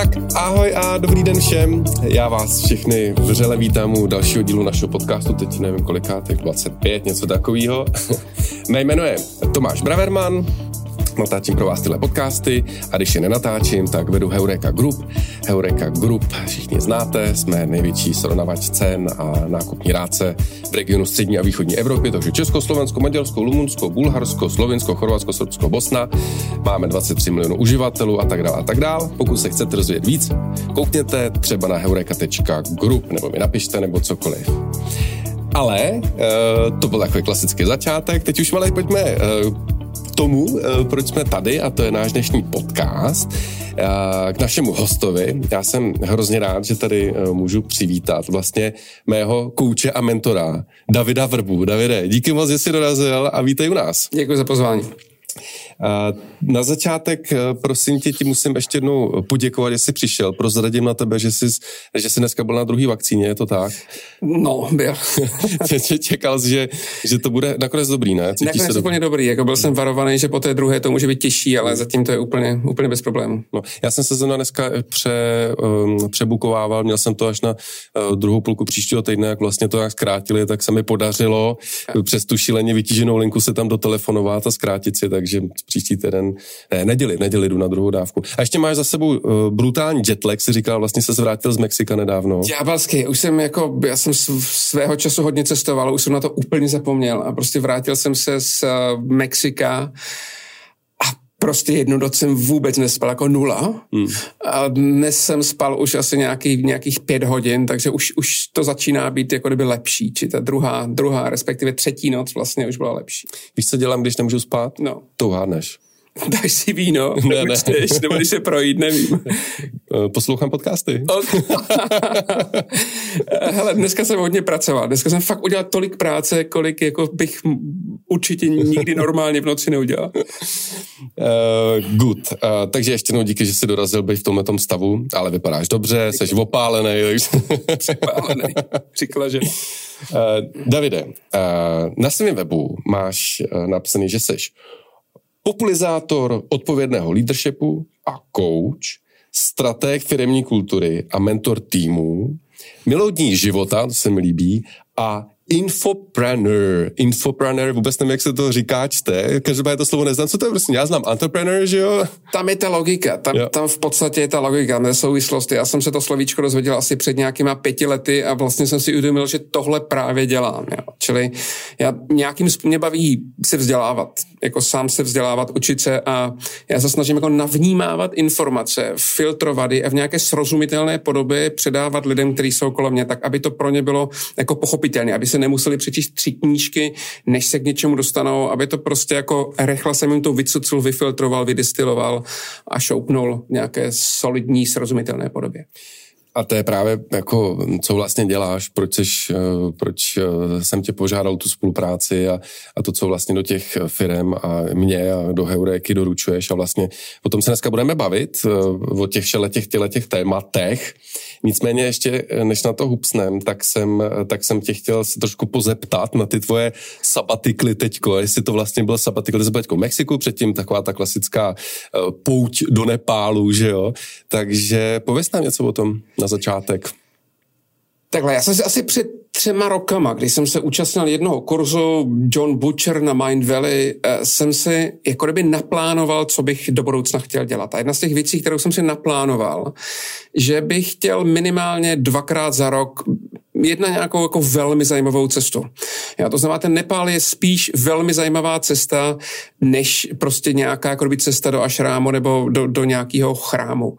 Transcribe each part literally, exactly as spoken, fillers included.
Tak ahoj a dobrý den všem. Já vás všechny vřele vítám u dalšího dílu našeho podcastu, teď nevím kolikát, tak dvacet pět, něco takového. Mé jméno je Tomáš Braverman, natáčím pro vás tyhle podcasty a když je nenatáčím, tak vedu Heureka Group. Heureka Group, všichni znáte, jsme největší srovnavač cen a nákupní rádce v regionu střední a východní Evropy, takže Česko, Slovensko, Maďarsko, Rumunsko, Bulharsko, Slovinsko, Chorvatsko, Srbsko, Bosna. Máme dvacet tři milionů uživatelů a tak dále a tak dále. Pokud se chcete rozvědět víc, koukněte třeba na heureka tečka group nebo mi napište nebo cokoliv. Ale uh, to byl takový klasický začátek, teď už malej pojďme uh, tomu, proč jsme tady, a to je náš dnešní podcast, k našemu hostovi. Já jsem hrozně rád, že tady můžu přivítat vlastně mého kouče a mentora Davida Vrbu. Davide, díky moc, že jsi dorazil a vítej u nás. Děkuji za pozvání. Na začátek, prosím tě, ti musím ještě jednou poděkovat, že jsi přišel. Prozradím na tebe, že jsi, že jsi dneska byl na druhý vakcíně, je to tak? No, byl. Čekal jsi, že, že to bude nakonec dobrý, ne? Cítíš nakonec se úplně dobrý? dobrý, jako byl jsem varovaný, že po té druhé to může být těžší, ale zatím to je úplně, úplně bez problémů. No, já jsem se zrovna dneska pře, um, přebukovával, měl jsem to až na uh, druhou půlku příštího týdne, jak vlastně to jak zkrátili, tak se mi podařilo a přes tu šíleně vytíženou linku se tam dotelefonovat a zkrátit si, takže příští týden, ne, neděli, neděli jdu na druhou dávku. A ještě máš za sebou uh, brutální jetlag, si říkal, vlastně se zvrátil z Mexika nedávno. Ďábelský, už jsem jako, já jsem svého času hodně cestoval, už jsem na to úplně zapomněl a prostě vrátil jsem se z uh, Mexika a prostě jednu noc jsem vůbec nespal, jako nula. Hmm. A dnes jsem spal už asi nějaký, nějakých pět hodin, takže už, už to začíná být jako kdyby lepší, či ta druhá, druhá, respektive třetí noc vlastně už byla lepší. Víš, co dělám, když nemůžu spát? No. To uhádneš. Dáš si víno, ne, ne. Čteš, nebo když se projít, nevím. Poslouchám podcasty. Hele, dneska jsem hodně pracoval. Dneska jsem fakt udělal tolik práce, kolik jako bych určitě nikdy normálně v noci neudělal. Uh, good. Uh, takže ještě jednou díky, že jsi dorazil být v tomhletom stavu, ale vypadáš dobře, jsi opálený. Připálený. Říkala, že... Uh, Davide, uh, na svém webu máš uh, napsaný, že jsi popularizátor odpovědného leadershipu a coach, stratég firemní kultury a mentor týmů, milovník života, to se mi líbí, a infopreneur. Infopreneur, vůbec nevím, jak se to říká, čte. Každopádně to slovo neznám. Co to je prostě? Já znám entrepreneur, že jo? Tam je ta logika. Tam, tam v podstatě je ta logika, nesouvislosti. Já jsem se to slovíčko dozvěděl asi před nějakýma pěti lety a vlastně jsem si uvědomil, že tohle právě dělám. Jo. Čili já nějakým mě baví se vzdělávat. Jako sám se vzdělávat, učit se a já se snažím jako navnímávat informace, filtrovat je a v nějaké srozumitelné podobě předávat lidem, kteří jsou kolem mě, tak aby to pro ně bylo jako pochopitelné, aby se nemuseli přečíst tři knížky, než se k něčemu dostanou, aby to prostě jako rychle jsem jim to vycucl, vyfiltroval, vydistiloval a šoupnul v nějaké solidní, srozumitelné podobě. A to je právě jako, co vlastně děláš, proč, seš, proč jsem tě požádal tu spolupráci a, a to, co vlastně do těch firem a mě a do Heureky doručuješ a vlastně o tom se dneska budeme bavit, o těch všeletěch těch tématech. Nicméně ještě, než na to hupsnem, tak jsem, tak jsem tě chtěl se trošku pozeptat na ty tvoje sabatikly teďko, jestli to vlastně byl sabatikl, ty jsi byl teďko v Mexiku, předtím taková ta klasická pouť do Nepálu, že jo? Takže pověz nám něco o tom na začátek. Takhle, já jsem si asi před třema rokama, když jsem se účastnil jednoho kurzu John Butcher na Mind Valley, jsem si jako kdyby naplánoval, co bych do budoucna chtěl dělat. A jedna z těch věcí, kterou jsem si naplánoval, že bych chtěl minimálně dvakrát za rok jedna nějakou jako velmi zajímavou cestu. Já, to znamená, ten Nepál je spíš velmi zajímavá cesta, než prostě nějaká jako by cesta do ašrámu nebo do, do nějakého chrámu.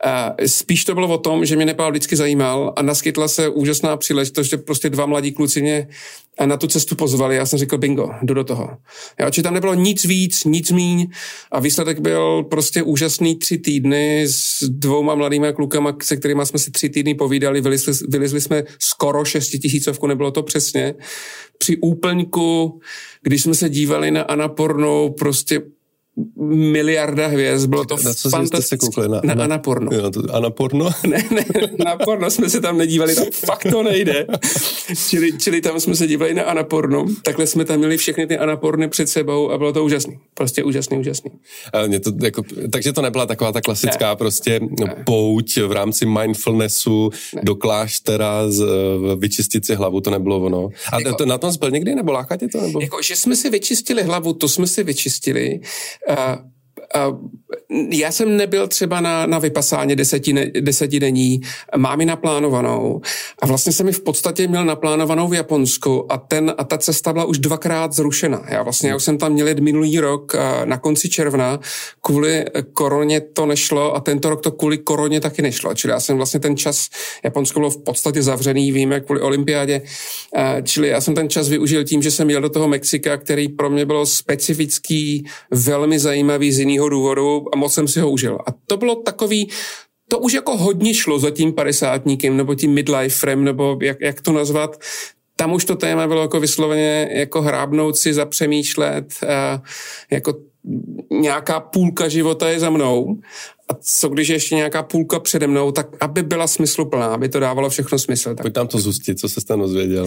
Spíš to bylo o tom, že mě Nepál vždycky zajímal a naskytla se úžasná příležitost, že prostě dva mladí kluci mě na tu cestu pozvali. Já jsem říkal, bingo, jdu do toho. Já, či tam nebylo nic víc, nic míň a výsledek byl prostě úžasný tři týdny s dvouma mladýma klukama, se kterýma jsme si tři týdny povídali, vylizli, vylizli jsme skoro šestitisícovku, nebylo to přesně. Při úplňku, když jsme se dívali na Annapurnu, prostě miliarda hvězd, bylo to fantastické. Na, na, na Anaporno. Jo, to, Anaporno? ne, ne, na porno jsme se tam nedívali, tam fakt to nejde. čili, čili tam jsme se dívali na Anaporno, takhle jsme tam měli všechny ty Anaporny před sebou a bylo to úžasný. Prostě úžasný, úžasný. Ale mě to jako, takže to nebyla taková ta klasická ne. prostě ne. pouť v rámci mindfulnessu ne. do kláštera z, vyčistit si hlavu, to nebylo ono. A jako, to, na tom byl někdy, nebo láká tě to? Nebo? Jako, že jsme si vyčistili hlavu, to jsme si vyčistili. Uh, Uh, já jsem nebyl třeba na, na vypasáně desetine, desetidenní, mám ji naplánovanou a vlastně jsem ji v podstatě měl naplánovanou v Japonsku a, ten, a ta cesta byla už dvakrát zrušena. Já vlastně já už jsem tam měl jet minulý rok uh, na konci června, kvůli koroně to nešlo a tento rok to kvůli koroně taky nešlo. Čili já jsem vlastně ten čas, Japonsko bylo v podstatě zavřený, víme, kvůli olympiádě, uh, čili já jsem ten čas využil tím, že jsem jel do toho Mexika, který pro mě bylo specifický, velmi zajímavý z jiného důvodu a moc jsem si ho užil. A to bylo takový, to už jako hodně šlo za tím padesátníkem, nebo tím midliferem, nebo jak, jak to nazvat. Tam už to téma bylo jako vysloveně jako hrábnout si, zapřemýšlet, a jako nějaká půlka života je za mnou. A co když je ještě nějaká půlka přede mnou, tak aby byla smysluplná, aby to dávalo všechno smysl. Tak... Pojď tam to zjistit, co se tam dozvěděl.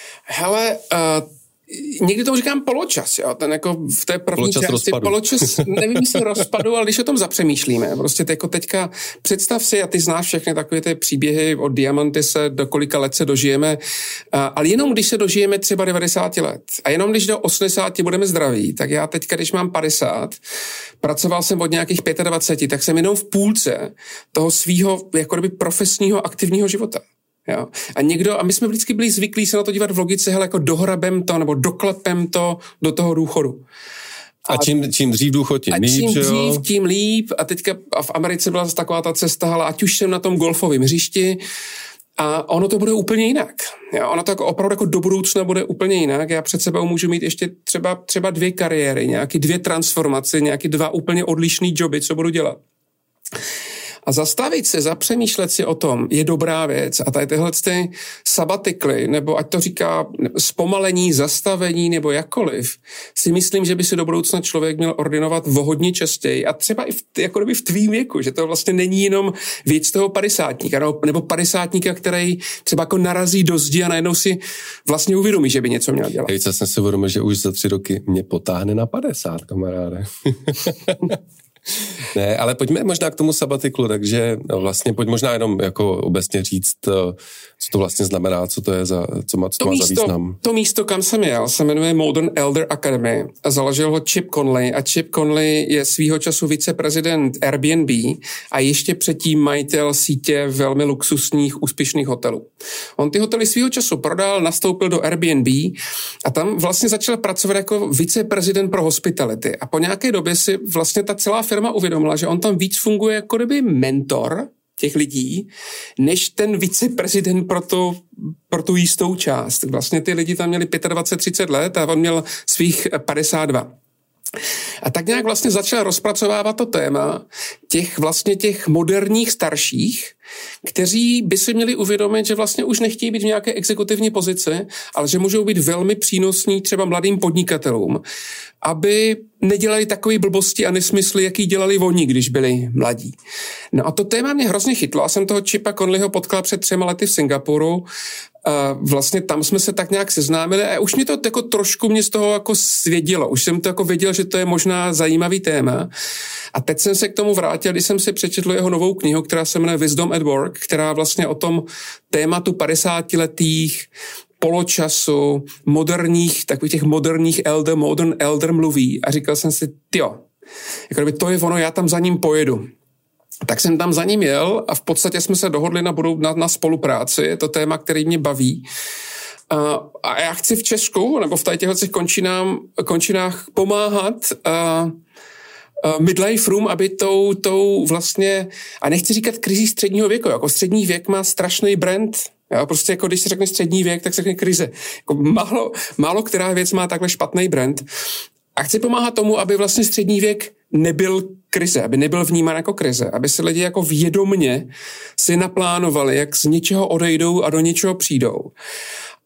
Hele, uh, někdy tomu říkám poločas, jo, ten jako v té první poločas části, rozpadu. poločas, nevím, jestli rozpadu, ale když o tom zapřemýšlíme, prostě jako teďka představ si, a ty znáš všechny takové ty příběhy od Diamantise, do kolika let se dožijeme, ale jenom když se dožijeme třeba devadesát let a jenom když do osmdesáti budeme zdraví, tak já teďka, když mám padesát, pracoval jsem od nějakých dvaceti pěti, tak jsem jenom v půlce toho svýho jako kdyby profesního aktivního života. Jo. A někdo, a my jsme vždycky byli zvyklí se na to dívat v logice, hele, jako dohrabem to, nebo doklepem to do toho důchodu. A, a čím, čím dřív důchod, tím líp, čím že jo? dřív, tím líp. A teďka a v Americe byla taková ta cesta, hele, ať už jsem na tom golfovém hřišti, a ono to bude úplně jinak. Jo, ono to jako opravdu jako do budoucna bude úplně jinak. Já před sebou můžu mít ještě třeba, třeba dvě kariéry, nějaký dvě transformace, nějaký dva úplně odlišný joby, co budu dělat. A zastavit se, zapřemýšlet si o tom je dobrá věc. A tady tyhle ty sabatikly, nebo ať to říká zpomalení, zastavení, nebo jakkoliv, si myslím, že by si do budoucna člověk měl ordinovat o hodně častěji. A třeba i v, jako by v tvým věku, že to vlastně není jenom věc toho padesátníka, nebo, nebo padesátníka, který třeba jako narazí do zdi a najednou si vlastně uvědomí, že by něco měl dělat. Víc, já jsem si uvědomil, že už za tři roky mě potáhne na padesát, kamaráde. Ne, ale pojďme možná k tomu sabatiklu, takže vlastně pojď možná jenom jako obecně říct, co to vlastně znamená, co to je za, co má, co to má místo, za význam. To místo, kam jsem jel, se jmenuje Modern Elder Academy a založil ho Chip Conley a Chip Conley je svýho času viceprezident Airbnb a ještě předtím majitel sítě velmi luxusních, úspěšných hotelů. On ty hotely svýho času prodal, nastoupil do Airbnb a tam vlastně začal pracovat jako viceprezident pro hospitality a po nějaké době si vlastně ta celá firma uvědomila, že on tam víc funguje jako kdyby mentor těch lidí, než ten viceprezident pro, to, pro tu jistou část. Vlastně ty lidi tam měli dvacet pět třicet let a on měl svých padesát dva. A tak nějak vlastně začal rozpracovávat to téma těch vlastně těch moderních starších, kteří by si měli uvědomit, že vlastně už nechtějí být v nějaké exekutivní pozici, ale že můžou být velmi přínosní třeba mladým podnikatelům, aby nedělali takové blbosti a nesmysly, jaký dělali oni, když byli mladí. No a to téma mě hrozně chytlo. Já jsem toho Chipa Conleyho potkal před třema lety v Singapuru. A vlastně tam jsme se tak nějak seznámili a už mě to jako trošku mě z toho jako svědělo. Už jsem to jako věděl, že to je možná zajímavý téma. A teď jsem se k tomu vrátil, když jsem si přečetl jeho novou knihu, která se jmenuje Wisdom at Work, která vlastně o tom tématu padesátiletých poločasu, moderních, takových těch moderních elder, modern elder mluví. A říkal jsem si, tyjo, jako kdyby to je ono, já tam za ním pojedu. Tak jsem tam za ním jel a v podstatě jsme se dohodli na, budou, na, na spolupráci. Je to téma, který mě baví. A, a já chci v Česku, nebo v těchto končinách, končinách pomáhat a, a midliferům, aby tou, tou vlastně, a nechci říkat krizí středního věku, jako střední věk má strašný brand. Jo, prostě jako když se řekne střední věk, tak se řekne krize. Jako málo, málo která věc má takhle špatný brand. A chci pomáhat tomu, aby vlastně střední věk nebyl krize, aby nebyl vnímán jako krize, aby se lidi jako vědomně si naplánovali, jak z něčeho odejdou a do něčeho přijdou.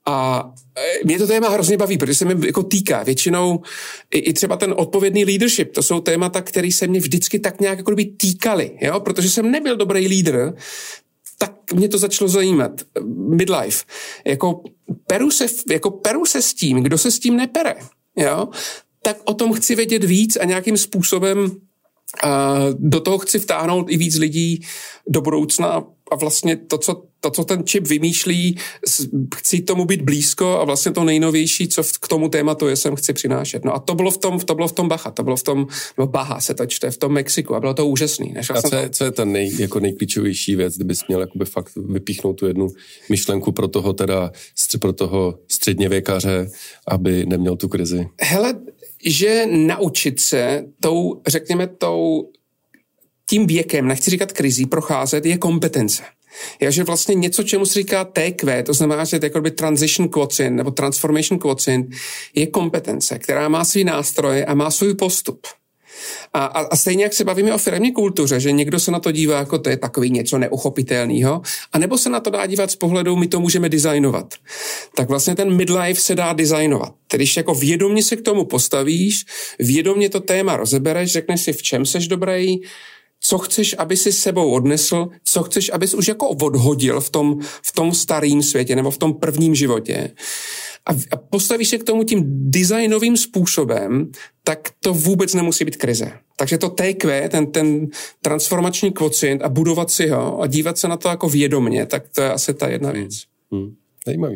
A mě to téma hrozně baví, protože se mi jako týká. Většinou i, i třeba ten odpovědný leadership, to jsou témata, které se mě vždycky tak nějak jako by týkaly, jo? Protože jsem nebyl dobrý lídr, tak mě to začalo zajímat. Midlife. Jako peru se, jako peru se s tím, kdo se s tím nepere, jo? Tak o tom chci vědět víc a nějakým způsobem a do toho chci vtáhnout i víc lidí do budoucna a vlastně to, co, to, co ten čip vymýšlí, chci tomu být blízko a vlastně to nejnovější, co k tomu tématu je, sem chci přinášet. No a to bylo v tom, to bylo v tom Bacha, to bylo v tom, no Baha se to čte, v tom Mexiku a bylo to úžasný. A co je, co je ta nej, jako nejklíčovější věc, kdybys měl jakoby fakt vypíchnout tu jednu myšlenku pro toho teda, pro toho středněvěkaře, aby neměl tu krizi? Hele, že naučit se tou, řekněme, tou tím věkem, nechci říkat krizí, procházet je kompetence. Je, že vlastně něco, čemu se říká T Q, to znamená, že to je transition quotient nebo transformation quotient, je kompetence, která má svý nástroje a má svůj postup. A, a, a stejně jak se bavíme o firemní kultuře, že někdo se na to dívá jako to je takový něco neuchopitelného, anebo se na to dá dívat z pohledu, my to můžeme designovat. Tak vlastně ten midlife se dá designovat. Tedy když jako vědomě se k tomu postavíš, vědomě to téma rozebereš, řekneš si, v čem seš dobrý, co chceš, aby si s sebou odnesl, co chceš, abys už jako odhodil v tom, v tom starém světě nebo v tom prvním životě. A, a postavíš se k tomu tím designovým způsobem, tak to vůbec nemusí být krize. Takže to T Q, ten, ten transformační kvocient a budovat si ho a dívat se na to jako vědomně, tak to je asi ta jedna věc. Hmm. Zajímavý.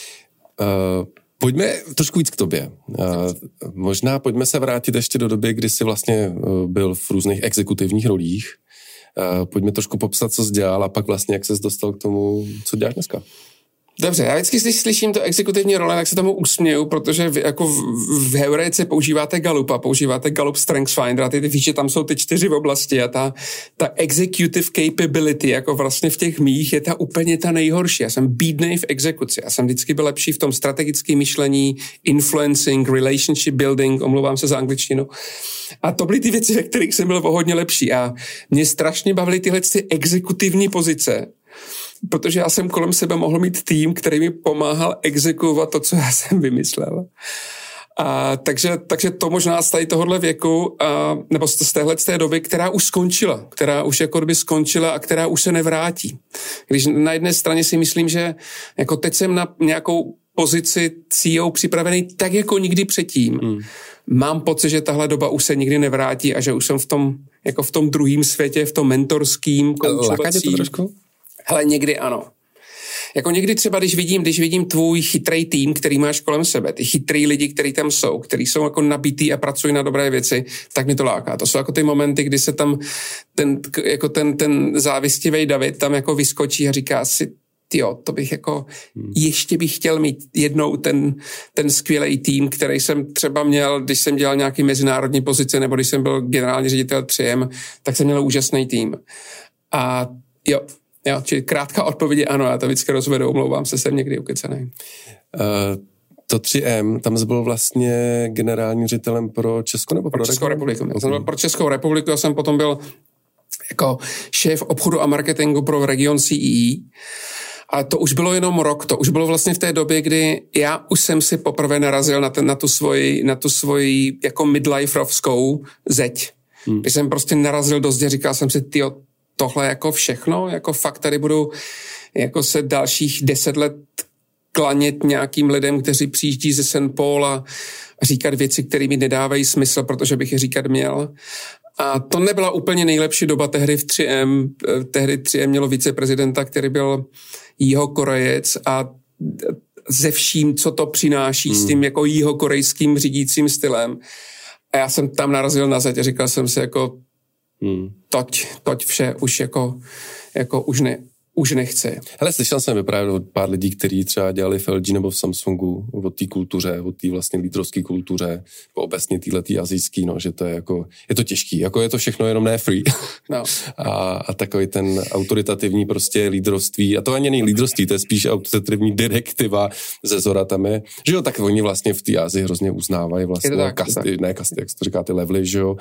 Uh... Pojďme trošku víc k tobě. Možná pojďme se vrátit ještě do doby, kdy jsi vlastně byl v různých exekutivních rolích. Pojďme trošku popsat, co jsi dělal a pak vlastně, jak ses dostal k tomu, co děláš dneska. Dobře, já vždycky, když slyším to exekutivní role, tak se tomu usměju, protože vy, jako v, v Heurejce používáte Gallupa, používáte Gallup Strengths Finder a ty, ty víš, že tam jsou ty čtyři v oblasti a ta, ta executive capability, jako vlastně v těch mých, je ta úplně ta nejhorší. Já jsem bídnej v exekuci. Já jsem vždycky byl lepší v tom strategickém myšlení, influencing, relationship building, omlouvám se za angličtinu. A to byly ty věci, ve kterých jsem byl o hodně lepší. A mě strašně bavily tyhle ty exekutivní pozice, protože já jsem kolem sebe mohl mít tým, který mi pomáhal exekuovat to, co já jsem vymyslel. A takže, takže to možná z tady tohohle věku, a, nebo z téhle z té doby, která už skončila, která už jako by skončila a která už se nevrátí. Když na jedné straně si myslím, že jako teď jsem na nějakou pozici C E O připravený tak jako nikdy předtím. Hmm. Mám pocit, že tahle doba už se nikdy nevrátí a že už jsem v tom, jako v tom druhém světě, v tom mentorským, koučovacím. to trošku? Hele, někdy ano. Jako někdy třeba, když vidím, když vidím tvůj chytrý tým, který máš kolem sebe, ty chytrý lidi, kteří tam jsou, kteří jsou jako nabitý a pracují na dobré věci, tak mi to láká. To jsou jako ty momenty, kdy se tam ten, jako ten, ten závistivý David tam jako vyskočí a říká si, tyjo, to bych jako, hmm. ještě bych chtěl mít jednou ten, ten skvělý tým, který jsem třeba měl, když jsem dělal nějaký mezinárodní pozice, nebo když jsem byl generální ředitel tři M, tak jsem měl úžasný tým. A jo, Jo, čili krátká odpověď je ano, já to vždycky rozvedu, omlouvám se, jsem někdy ukecený. Uh, to tři M, tam jsi byl vlastně generálním ředitelem pro Česko nebo pro, pro Českou republiku? Já jsem byl pro Českou republiku, já jsem potom byl jako šéf obchodu a marketingu pro region C E E. A to už bylo jenom rok, to už bylo vlastně v té době, kdy já už jsem si poprvé narazil na, ten, na tu svoji, na tu svoji jako midliferovskou zeď. Hmm. Když jsem prostě narazil do zdi, říkal jsem si, tyjo, tohle jako všechno, jako fakt tady budu jako se dalších deset let klanět nějakým lidem, kteří přijíždí ze Saint Paul a říkat věci, které mi nedávají smysl, protože bych je říkat měl. A to nebyla úplně nejlepší doba tehdy v tři M. Tehdy tři M mělo viceprezidenta, který byl Jihokorejec a ze vším, co to přináší hmm. s tím jako jihokorejským řídícím stylem. A já jsem tam narazil na zeď a říkal jsem si jako Hmm. Toť, toť vše už jako, jako už, ne, už nechce. Hele, slyšel jsem vyprávět od pár lidí, kteří třeba dělali v L G nebo v Samsungu, o té kultuře, o té vlastně lídrovské kultuře, obecně téhletý asijský, no, že to je jako, je to těžký, jako je to všechno jenom ne free. No. a, a takový ten autoritativní prostě lídrovství, a to ani není lídrovství, to je spíš autoritativní direktiva ze zora tam je, že jo, tak oni vlastně v té Asii hrozně uznávají vlastně tak, kasty, ne kasty, jak se to říká, ty levely, že jo.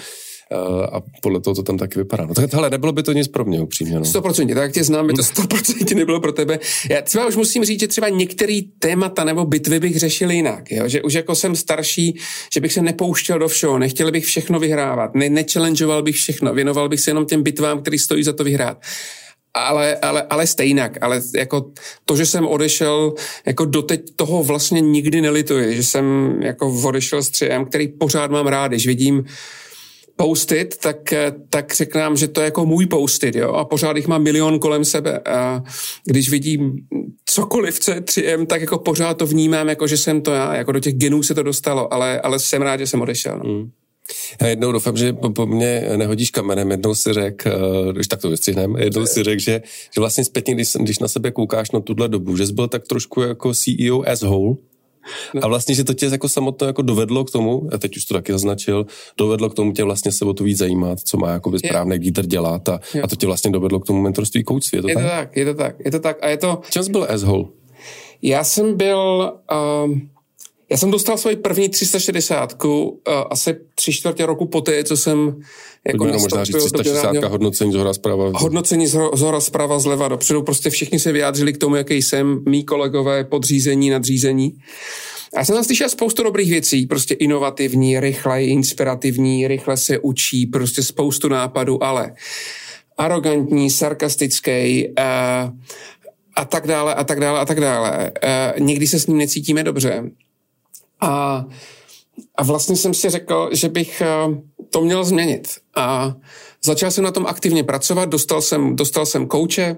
a podle toho to tam taky vypadá. No tak hele, nebylo by to nic pro mě upřímně. No. sto procent, tak jak tě znám, by to sto procent nebylo pro tebe. Já třeba už musím říct, že třeba některé témata nebo bitvy bych řešil jinak, jo? Že už jako jsem starší, že bych se nepouštěl do všeho, nechtěl bych všechno vyhrávat, ne, nechallengeoval bych všechno, věnoval bych se jenom těm bitvám, který stojí za to vyhrát. Ale, ale, ale stejnak, ale jako to, že jsem odešel, jako doteď toho vlastně nikdy nelituji, že jsem jako odešel s tři em, který pořád mám rád, když vidím postit, tak, tak řeknám, že to je jako můj postit, jo, a pořád jich mám milion kolem sebe a když vidím cokoliv, co je tři em, tak jako pořád to vnímám, jako že jsem to já, jako do těch genů se to dostalo, ale, ale jsem rád, že jsem odešel. No. Mm. Já jednou doufám, že po, po mně nehodíš kamenem, jednou si řekl, když tak to vystřihneme, jednou si řekl, že, že vlastně zpětně, když, když na sebe koukáš na tuhle dobu, že jsi byl tak trošku jako C E O asshole, no. A vlastně, že to tě jako samotné jako dovedlo k tomu, a teď už to taky zaznačil, dovedlo k tomu tě vlastně se o to víc zajímat, co má jako správný lídr dělat a, a to tě vlastně dovedlo k tomu mentorství, coachství, je to je tak? Je to tak, je to tak, je to tak a je to... Čem jsi byl asshole? Já jsem byl... Um... Já jsem dostal svoji první tři sta šedesátku uh, asi tři čtvrtě roku poté, co jsem jako nastoupil možná říct tři sta šedesát hodnocení zhora zprava. Hodnocení zhora zprava, zleva dopředu. Prostě všichni se vyjádřili k tomu, jaký jsem, mý kolegové, podřízení, nadřízení. A já jsem tam slyšel spoustu dobrých věcí, prostě inovativní, rychle, inspirativní, rychle se učí, prostě spoustu nápadů, ale arrogantní, sarkastický, uh, a tak dále, a tak dále, a tak dále. Uh, někdy se s ním necítíme dobře. A, a vlastně jsem si řekl, že bych to měl změnit. A začal jsem na tom aktivně pracovat, dostal jsem, dostal jsem kouče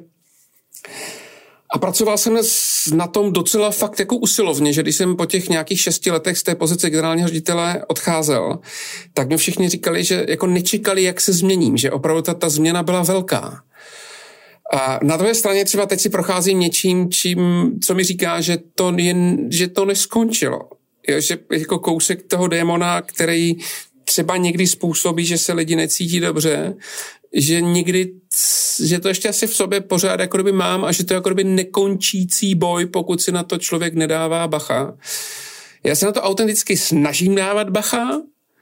a pracoval jsem na tom docela fakt jako usilovně, že když jsem po těch nějakých šesti letech z té pozice generálního ředitele odcházel, tak mě všichni říkali, že jako nečekali, jak se změním, že opravdu ta, ta změna byla velká. A na druhé straně třeba teď si procházím něčím, čím, co mi říká, že to, jen, že to neskončilo. Jo, že jako kousek toho démona, který třeba někdy způsobí, že se lidi necítí dobře, že někdy, že to ještě asi v sobě pořád jako kdyby mám a že to je jako kdyby nekončící boj, pokud si na to člověk nedává bacha. Já se na to autenticky snažím dávat bacha,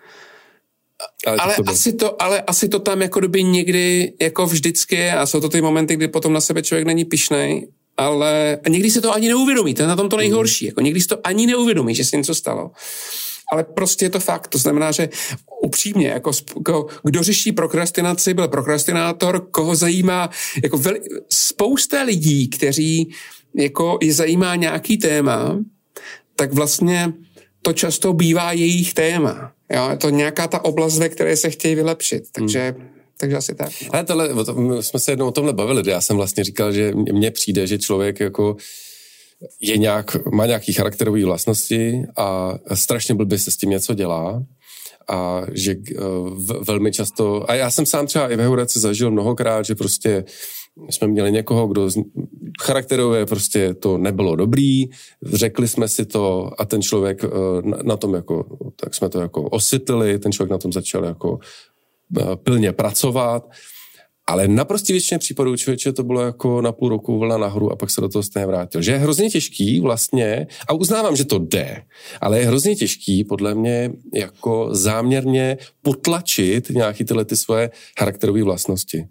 ale, ale, to asi, to, ale asi to tam jako kdyby někdy jako vždycky je a jsou to ty momenty, kdy potom na sebe člověk není pyšnej, ale někdy se to ani neuvědomí, to je na tom to nejhorší, jako někdy se to ani neuvědomí, že se něco stalo. Ale prostě je to fakt, to znamená, že upřímně, jako, jako kdo řeší prokrastinaci, byl prokrastinátor, koho zajímá, jako veli, spousta lidí, kteří jako je zajímá nějaký téma, tak vlastně to často bývá jejich téma. Jo? Je to nějaká ta oblast, ve které se chtějí vylepšit, takže... Hmm. Takže asi tak. No. Ale tohle, my jsme se jednou o tomhle bavili, já jsem vlastně říkal, že mně přijde, že člověk jako je nějak, má nějaký charakterové vlastnosti a strašně blbě se s tím něco dělá a že uh, velmi často, a já jsem sám třeba i ve Heurece zažil mnohokrát, že prostě jsme měli někoho, kdo charakterově prostě to nebylo dobrý, řekli jsme si to a ten člověk uh, na, na tom jako, tak jsme to jako osvětlili, ten člověk na tom začal jako pilně pracovat, ale naprosto většině případů člověče to bylo jako na půl roku vlna nahoru a pak se do toho stejně vrátil. Že je hrozně těžký vlastně, a uznávám, že to jde, ale je hrozně těžký podle mě jako záměrně potlačit nějaký tyhle ty svoje charakterové vlastnosti.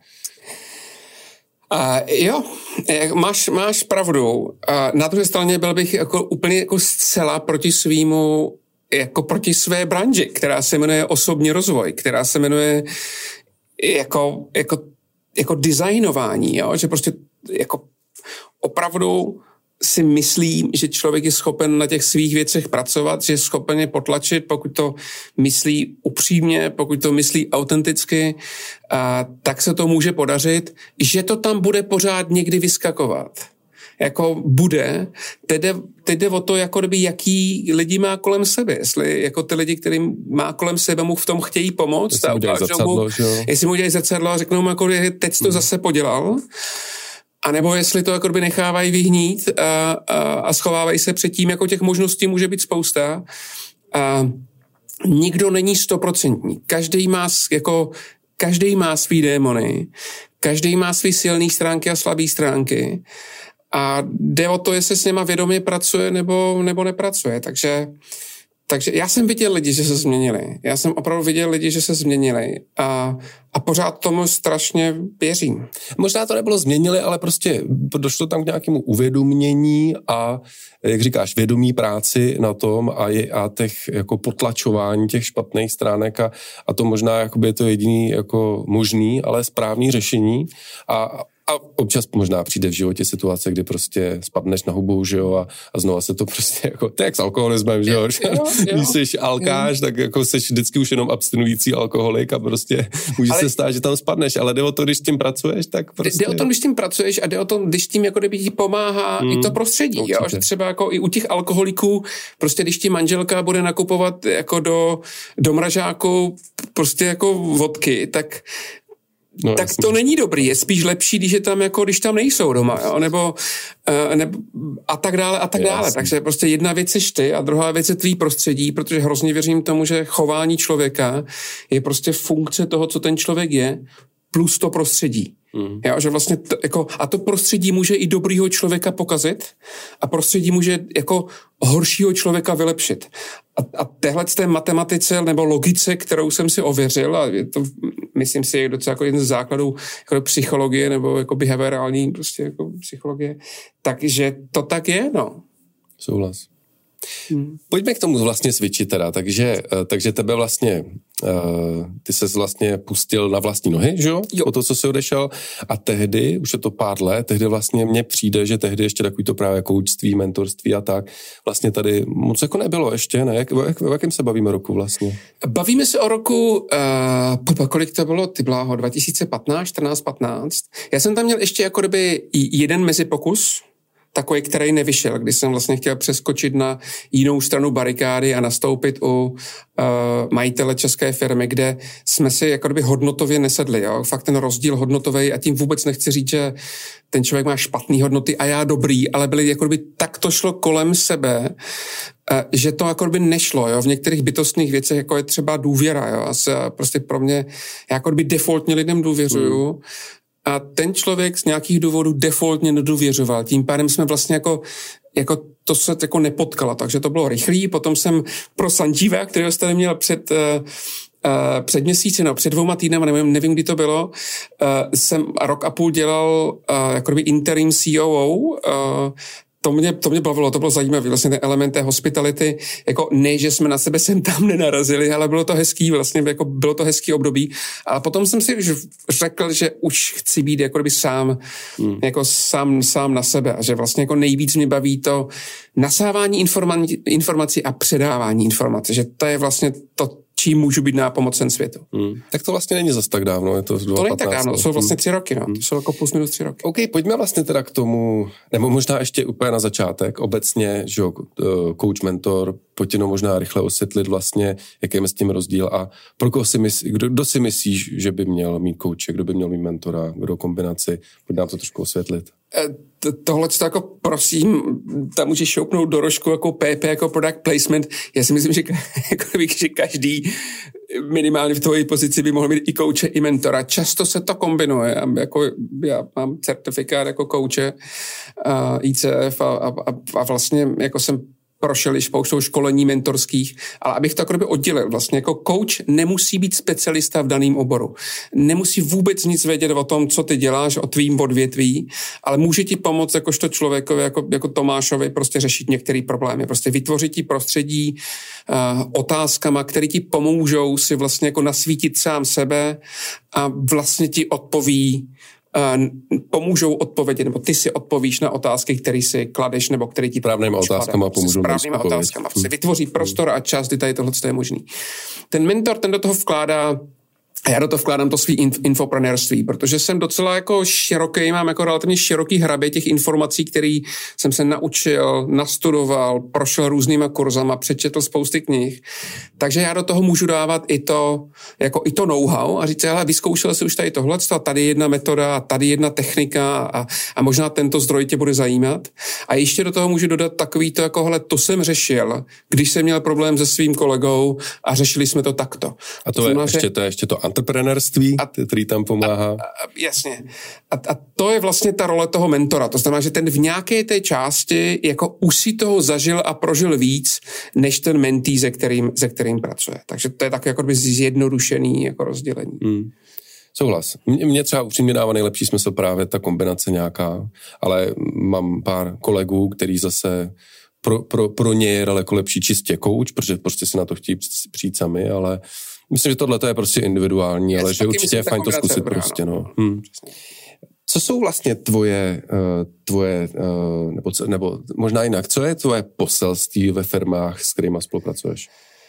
Uh, jo, máš, máš pravdu. Uh, na druhé straně byl bych jako úplně jako zcela proti svýmu jako proti své branži, která se jmenuje osobní rozvoj, která se jmenuje jako, jako, jako designování, jo? Že prostě jako opravdu si myslím, že člověk je schopen na těch svých věcech pracovat, že je schopen je potlačit, pokud to myslí upřímně, pokud to myslí autenticky, a tak se to může podařit, že to tam bude pořád někdy vyskakovat. Jako bude, teď jde, teď jde o to, jako kdyby jaký lidi má kolem sebe, jestli jako ty lidi, kterým má kolem sebe, mu v tom chtějí pomoct, jestli mu dělají zrcadlo, mu, jestli mu dělají zrcadlo a řeknou mu, jako, teď jsi to hmm. zase podělal, anebo jestli to jako kdyby nechávají vyhnít a, a, a schovávají se před tím, jako těch možností může být spousta. A nikdo není stoprocentní. Každý má jako každý má svý démony, každý má svý silné stránky a slabé stránky. A jde o to, jestli s něma vědomě pracuje nebo, nebo nepracuje. Takže, takže já jsem viděl lidi, že se změnili. Já jsem opravdu viděl lidi, že se změnili a, a pořád tomu strašně věřím. Možná to nebylo změnili, ale prostě došlo tam k nějakému uvědomění a, jak říkáš, vědomí práci na tom a, je, a těch jako potlačování těch špatných stránek a, a to možná jakoby je to jediný jako možný, ale správný řešení a A občas možná přijde v životě situace, kdy prostě spadneš na hubu, že jo, a, a znova se to prostě jako, to je jak s alkoholismem, že jo, jo, jo. Když jsi alkáš, jo. tak jako jsi vždycky už jenom abstinující alkoholik a prostě může ale se stát, že tam spadneš, ale jde o to, když s tím pracuješ, tak prostě... Jde o tom, když s tím pracuješ a jde o tom, když tím jako kdyby ti pomáhá hmm, i to prostředí, určitě. Jo, že třeba jako i u těch alkoholiků, prostě když ti manželka bude nakupovat jako do, do mražáku prostě jako vodky, tak No, tak jasný. To není dobrý, je spíš lepší, když je tam jako, když tam nejsou doma, jo? Nebo, uh, nebo a tak dále a tak dále. Jasný. Takže prostě jedna věc je ty a druhá věc je tvý prostředí, protože hrozně věřím tomu, že chování člověka je prostě funkce toho, co ten člověk je, plus to prostředí. Mm. Jo, že vlastně to, jako, a to prostředí může i dobrýho člověka pokazit a prostředí může jako horšího člověka vylepšit. A, a téhle z té matematice nebo logice, kterou jsem si ověřil, a je to, myslím si, je docela jako jeden z základů jako psychologie nebo jako behaviorální prostě jako psychologie, takže to tak je, no. Souhlas. Hmm. Pojďme k tomu vlastně switchi teda, takže, takže tebe vlastně, uh, ty ses vlastně pustil na vlastní nohy, že jo? jo? O to, co jsi odešel a tehdy, už je to pár let, tehdy vlastně mně přijde, že tehdy ještě takový to právě koučství, mentorství a tak, vlastně tady moc jako nebylo ještě, ne? Jak, jak, o jakém se bavíme roku vlastně? Bavíme se o roku, uh, kolik to bylo, ty bláho, dva tisíce patnáct, čtrnáct, patnáct. Já jsem tam měl ještě jako kdyby jeden mezipokus, takový, který nevyšel, když jsem vlastně chtěl přeskočit na jinou stranu barikády a nastoupit u uh, majitele české firmy, kde jsme si jako kdyby hodnotově nesedli. Jo? Fakt ten rozdíl hodnotový a tím vůbec nechci říct, že ten člověk má špatný hodnoty a já dobrý, ale byli jako kdyby tak to šlo kolem sebe, uh, že to jako kdyby nešlo. Jo? V některých bytostných věcech jako je třeba důvěra. Jo? A se, prostě pro mě, já jako kdyby defaultně lidem důvěřuju, hmm. A ten člověk z nějakých důvodů defaultně nedůvěřoval. Tím pádem jsme vlastně jako, jako to se jako nepotkalo. Takže to bylo rychlý. Potom jsem pro Sanjeeva, kterého jste měl před, uh, uh, před měsíci, no před dvouma týdnama, nevím, nevím, kdy to bylo, uh, jsem rok a půl dělal uh, jako by interim C O O, uh, To mě, to mě bavilo, to bylo zajímavé, vlastně ten element té hospitality, jako ne, že jsme na sebe sem tam nenarazili, ale bylo to hezký, vlastně jako bylo to hezký období. A potom jsem si řekl, že už chci být jako kdyby sám, hmm. jako sám, sám na sebe a že vlastně jako nejvíc mě baví to nasávání informací, informací a předávání informací, že to je vlastně to, čím můžu být nápomocen světu. Hmm. Tak to vlastně není zas tak dávno, je to dva To není tak dávno, to jsou vlastně tři roky, no. To jsou jako plus minus tři roky. OK, pojďme vlastně teda k tomu, nebo možná ještě úplně na začátek, obecně, že jo, coach, mentor, pojď jenom možná rychle osvětlit vlastně, jaký je s tím rozdíl a pro koho si myslí, kdo, kdo si myslíš, že by měl mít coache, kdo by měl mít mentora, kdo kombinaci, pojď nám to trošku osvětlit. Tohle to jako prosím, tam můžeš šoupnout do rožku jako P P, jako product placement. Já si myslím, že, jako, že každý minimálně v tvojí pozici by mohl mít i kouče, i mentora. Často se to kombinuje. Jako, já mám certifikát jako kouče uh, I C F a, a, a vlastně jako jsem prošel i spouštou školení mentorských, ale abych to jako oddělil, vlastně jako coach nemusí být specialista v daném oboru. Nemusí vůbec nic vědět o tom, co ty děláš, o tvým odvětví, ale může ti pomoct jakožto člověkovi, jako, jako Tomášovi, prostě řešit některé problémy. Prostě vytvořit ti prostředí uh, otázkama, které ti pomůžou si vlastně jako nasvítit sám sebe a vlastně ti odpoví Uh, pomůžou odpovědět, nebo ty si odpovíš na otázky, které si kladeš, nebo které ti správnými otázkama pomůžou. Správnými otázkama. Hmm. Vytvoří prostor a čas, kdy tady tohle je možný. Ten mentor, ten do toho vkládá a já do toho vkládám to svý inf- infoprenérství, protože jsem docela jako široký, mám jako relativně široký hrabě těch informací, které jsem se naučil, nastudoval, prošel různýma kurzama, přečetl spousty knih. Takže já do toho můžu dávat i to, jako i to know-how a říct, hele, vyzkoušel jsi už tady tohle, a tady jedna metoda, a tady jedna technika a, a možná tento zdroj tě bude zajímat. A ještě do toho můžu dodat takový to, jako hele, to jsem řešil, když jsem měl problém se svým kolegou a řešili jsme to takto. A to, to je, znamená, ještě, to je ještě to entreprenérství, který tam pomáhá. A, a, jasně. A, a to je vlastně ta role toho mentora. To znamená, že ten v nějaké té části jako už si toho zažil a prožil víc, než ten mentý, se kterým, se kterým pracuje. Takže to je tak jako by zjednodušený jako rozdělení. Hmm. Souhlas. Mně třeba upřímně dává nejlepší smysl právě ta kombinace nějaká, ale mám pár kolegů, který zase pro, pro, pro ně je daleko lepší čistě coach, protože prostě si na to chtějí přijít sami, ale myslím, že tohle je prostě individuální, ale že určitě je fajn to zkusit prostě, no. Hmm. Co jsou vlastně tvoje, tvoje nebo, nebo možná jinak, co je tvoje poselství ve firmách, s kterýma spolupracuješ?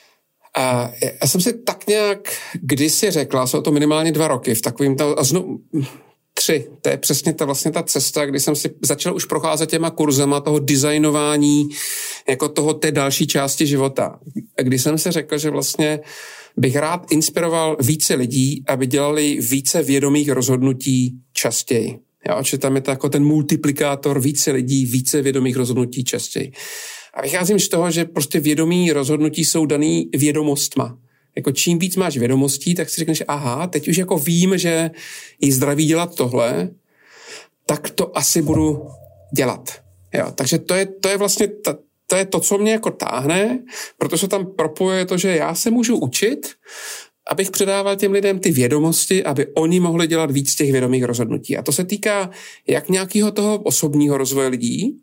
A já jsem si tak nějak kdysi řekla, jsou to minimálně dva roky, v takovým tam, a znovu, tři, to je přesně ta vlastně ta cesta, kdy jsem si začal už procházet těma kurzama toho designování jako toho té další části života. A kdy jsem si řekl, že vlastně bych rád inspiroval více lidí, aby dělali více vědomých rozhodnutí častěji. Jo, že tam je to jako ten multiplikátor více lidí, více vědomých rozhodnutí častěji. A vycházím z toho, že prostě vědomí rozhodnutí jsou daný vědomostma. Jako čím víc máš vědomostí, tak si řekneš, aha, teď už jako vím, že je zdravý dělat tohle, tak to asi budu dělat. Jo, takže to je, to je vlastně ta, to je to, co mě jako táhne, protože tam propojuje to, že já se můžu učit, abych předával těm lidem ty vědomosti, aby oni mohli dělat víc těch vědomých rozhodnutí. A to se týká jak nějakého toho osobního rozvoje lidí,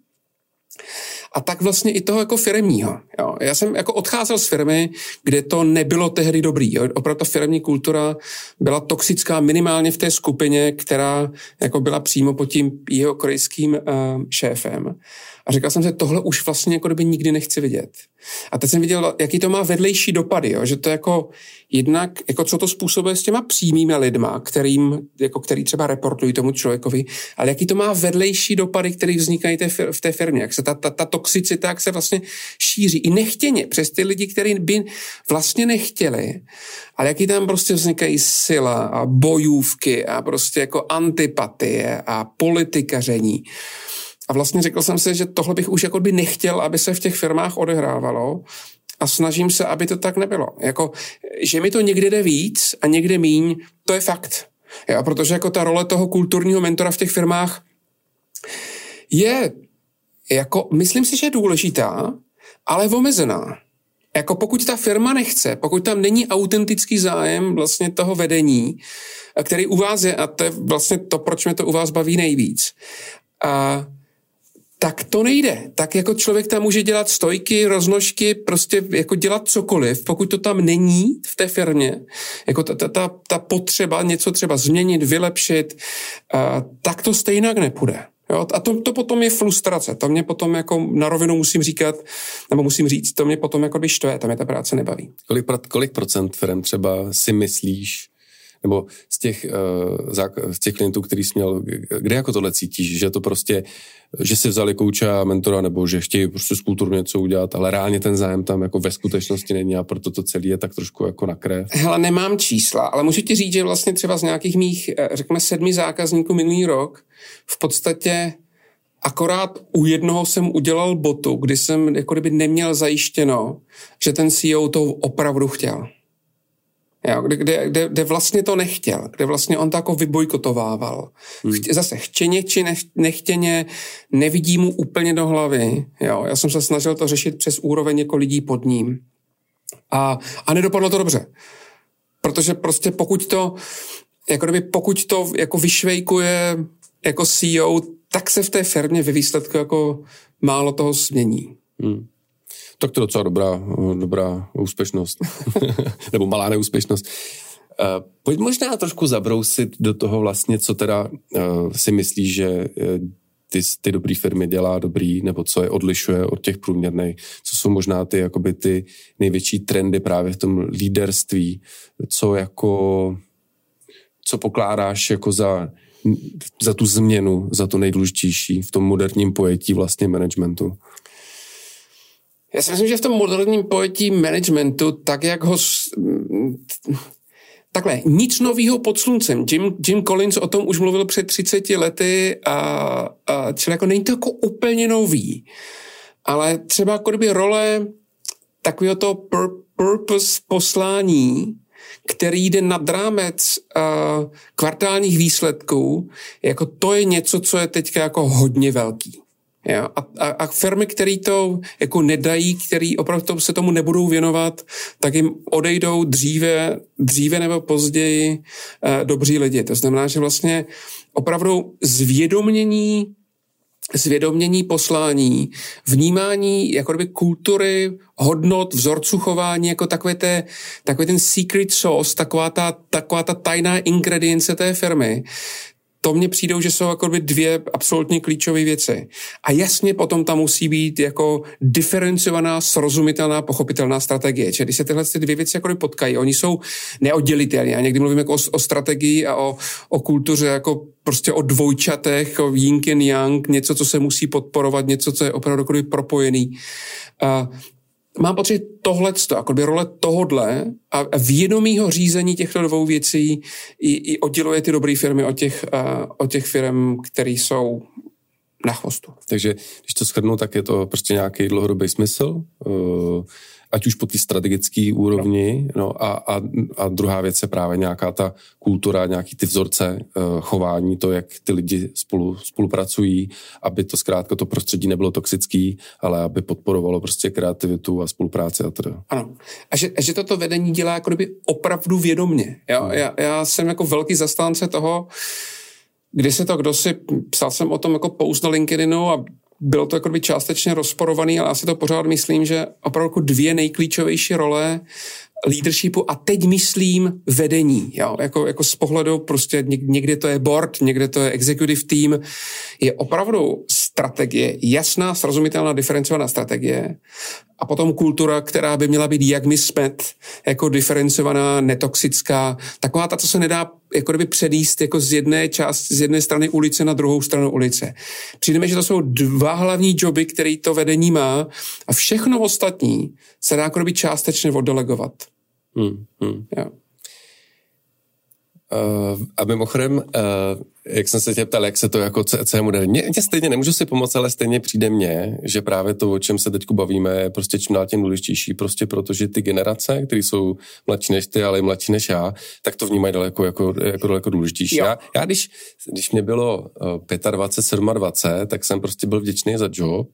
a tak vlastně i toho jako firemního. Jo. Já jsem jako odcházel z firmy, kde to nebylo tehdy dobrý. Jo. Opravdu firemní kultura byla toxická minimálně v té skupině, která jako byla přímo pod tím jeho korejským uh, šéfem. A říkal jsem si, tohle už vlastně jako kdyby nikdy nechci vidět. A teď jsem viděl, jaký to má vedlejší dopady, jo? Že to jako jednak, jako co to způsobuje s těma přímými lidma, kterým, jako který třeba reportují tomu člověkovi, ale jaký to má vedlejší dopady, které vznikají té, v té firmě, jak se ta, ta, ta toxicita, jak se vlastně šíří i nechtěně přes ty lidi, kteří by vlastně nechtěli, ale jaký tam prostě vznikají sila a bojůvky a prostě jako antipatie a politikaření. A vlastně řekl jsem si, že tohle bych už jako by nechtěl, aby se v těch firmách odehrávalo a snažím se, aby to tak nebylo. Jako, že mi to někde jde víc a někde míň, to je fakt. Jo, protože jako ta role toho kulturního mentora v těch firmách je, jako, myslím si, že je důležitá, ale omezená. Jako pokud ta firma nechce, pokud tam není autentický zájem vlastně toho vedení, který u vás je, a to je vlastně to, proč mě to u vás baví nejvíc. A tak to nejde. Tak jako člověk tam může dělat stojky, roznožky, prostě jako dělat cokoliv, pokud to tam není v té firmě, jako ta, ta, ta, ta potřeba něco třeba změnit, vylepšit, uh, tak to stejně nepůjde. Jo? A to, to potom je frustrace. To mě potom jako na rovinu musím říkat, nebo musím říct, to mě potom jako by štve, tam mě ta práce nebaví. Kolik, kolik procent firem třeba si myslíš, nebo z těch, uh, z těch klientů, který jsi měl, kde jako tohle cítíš, že to prostě, že si vzali kouče a mentora, nebo že chtějí prostě z kulturu něco udělat, ale reálně ten zájem tam jako ve skutečnosti není a proto to celé je tak trošku jako na krev. Hele, nemám čísla, ale můžu ti říct, že vlastně třeba z nějakých mých, řekněme, sedmi zákazníků minulý rok v podstatě akorát u jednoho jsem udělal botu, kdy jsem jako kdyby neměl zajištěno, že ten C E O to opravdu chtěl. Jo, kde, kde, kde, kde vlastně to nechtěl, kde vlastně on to jako vybojkotovával. Hmm. Chtě, zase chtěně či nechtěně, nevidí mu úplně do hlavy. Jo, já jsem se snažil to řešit přes úroveň jako lidí pod ním. A, a nedopadlo to dobře. Protože prostě pokud to, jako kdyby pokud to jako vyšvejkuje jako C E O, tak se v té firmě ve výsledku jako málo toho změní. Hmm. Tak to je docela dobrá, dobrá úspěšnost. Nebo malá neúspěšnost. Uh, pojď možná trošku zabrousit do toho vlastně, co teda uh, si myslíš, že uh, ty, ty dobrý firmy dělá dobrý, nebo co je odlišuje od těch průměrných. Co jsou možná ty, jakoby ty největší trendy právě v tom líderství, co jako, co pokládáš jako za, za tu změnu, za to nejdůležitější v tom moderním pojetí vlastně managementu. Já si myslím, že v tom moderním pojetí managementu, tak jak ho... Takhle, nic novýho pod sluncem. Jim, Jim Collins o tom už mluvil před třiceti lety, a, a čili jako není to jako úplně nový. Ale třeba jako kdyby role takového toho pur, purpose poslání který jde nad rámec uh, kvartálních výsledků, jako to je něco, co je teďka jako hodně velký. Ja, a, a, a firmy, které to jako nedají, které opravdu se tomu nebudou věnovat, tak jim odejdou dříve, dříve nebo později uh, dobří lidi. To znamená, že vlastně opravdu zvědomění, zvědomění poslání, vnímání jako kdyby kultury, hodnot, vzorců chování, jako takové té, takový ten secret sauce, taková ta, taková ta tajná ingredience té firmy, to mně přijdou, že jsou jako dvě absolutně klíčové věci. A jasně potom tam musí být jako diferenciovaná, srozumitelná, pochopitelná strategie. Čili když se tyhle dvě věci jako potkají, oni jsou neoddělitelné. Já někdy mluvím jako o, o strategii a o, o kultuře jako prostě o dvojčatech, o yin and yang, něco, co se musí podporovat, něco, co je opravdu propojený. A mám pocit tohleto, jako by role tohodle a vědomýho řízení těchto dvou věcí i, i odděluje ty dobré firmy od těch, uh, od těch firm, které jsou na chvostu. Takže když to shrnu, tak je to prostě nějaký dlouhodobý smysl, uh, ať už po té strategické úrovni, no. No, a, a, a druhá věc je právě nějaká ta kultura, nějaký ty vzorce uh, chování, to, jak ty lidi spolu spolupracují, aby to zkrátka to prostředí nebylo toxický, ale aby podporovalo prostě kreativitu a spolupráci a teda. Ano. A že, že toto vedení dělá jako kdyby opravdu vědomně. Jo? Hmm. Já, já jsem jako velký zastánce toho, kdy se to kdosi, psal jsem o tom jako post na LinkedInu a bylo to jako by částečně rozporovaný, ale já si to pořád myslím, že opravdu dvě nejklíčovější role leadershipu a teď myslím vedení, jo? Jako, jako z pohledu prostě někde to je board, někde to je executive team, je opravdu strategie, jasná, srozumitelná, diferencovaná strategie a potom kultura, která by měla být, jak my jsme, jako diferencovaná, netoxická, taková ta, co se nedá jako kdyby předjíst jako z jedné části, z jedné strany ulice na druhou stranu ulice. Přijdeme, že to jsou dva hlavní joby, který to vedení má a všechno ostatní se dá jako kdyby částečně oddelegovat. Hmm, hmm. Jo. Uh, a mimochodem, uh, jak jsem se tě ptal, jak se to jako celému jde. Mně stejně nemůžu si pomoct, ale stejně přijde mně, že právě to, o čem se teď bavíme, je prostě čím dál tím důležitější, prostě protože ty generace, které jsou mladší než ty, ale i mladší než já, tak to vnímají daleko, jako, jako daleko důležitější. Já, já když, když mě bylo dvacet pět, dvacet sedm, tak jsem prostě byl vděčný za job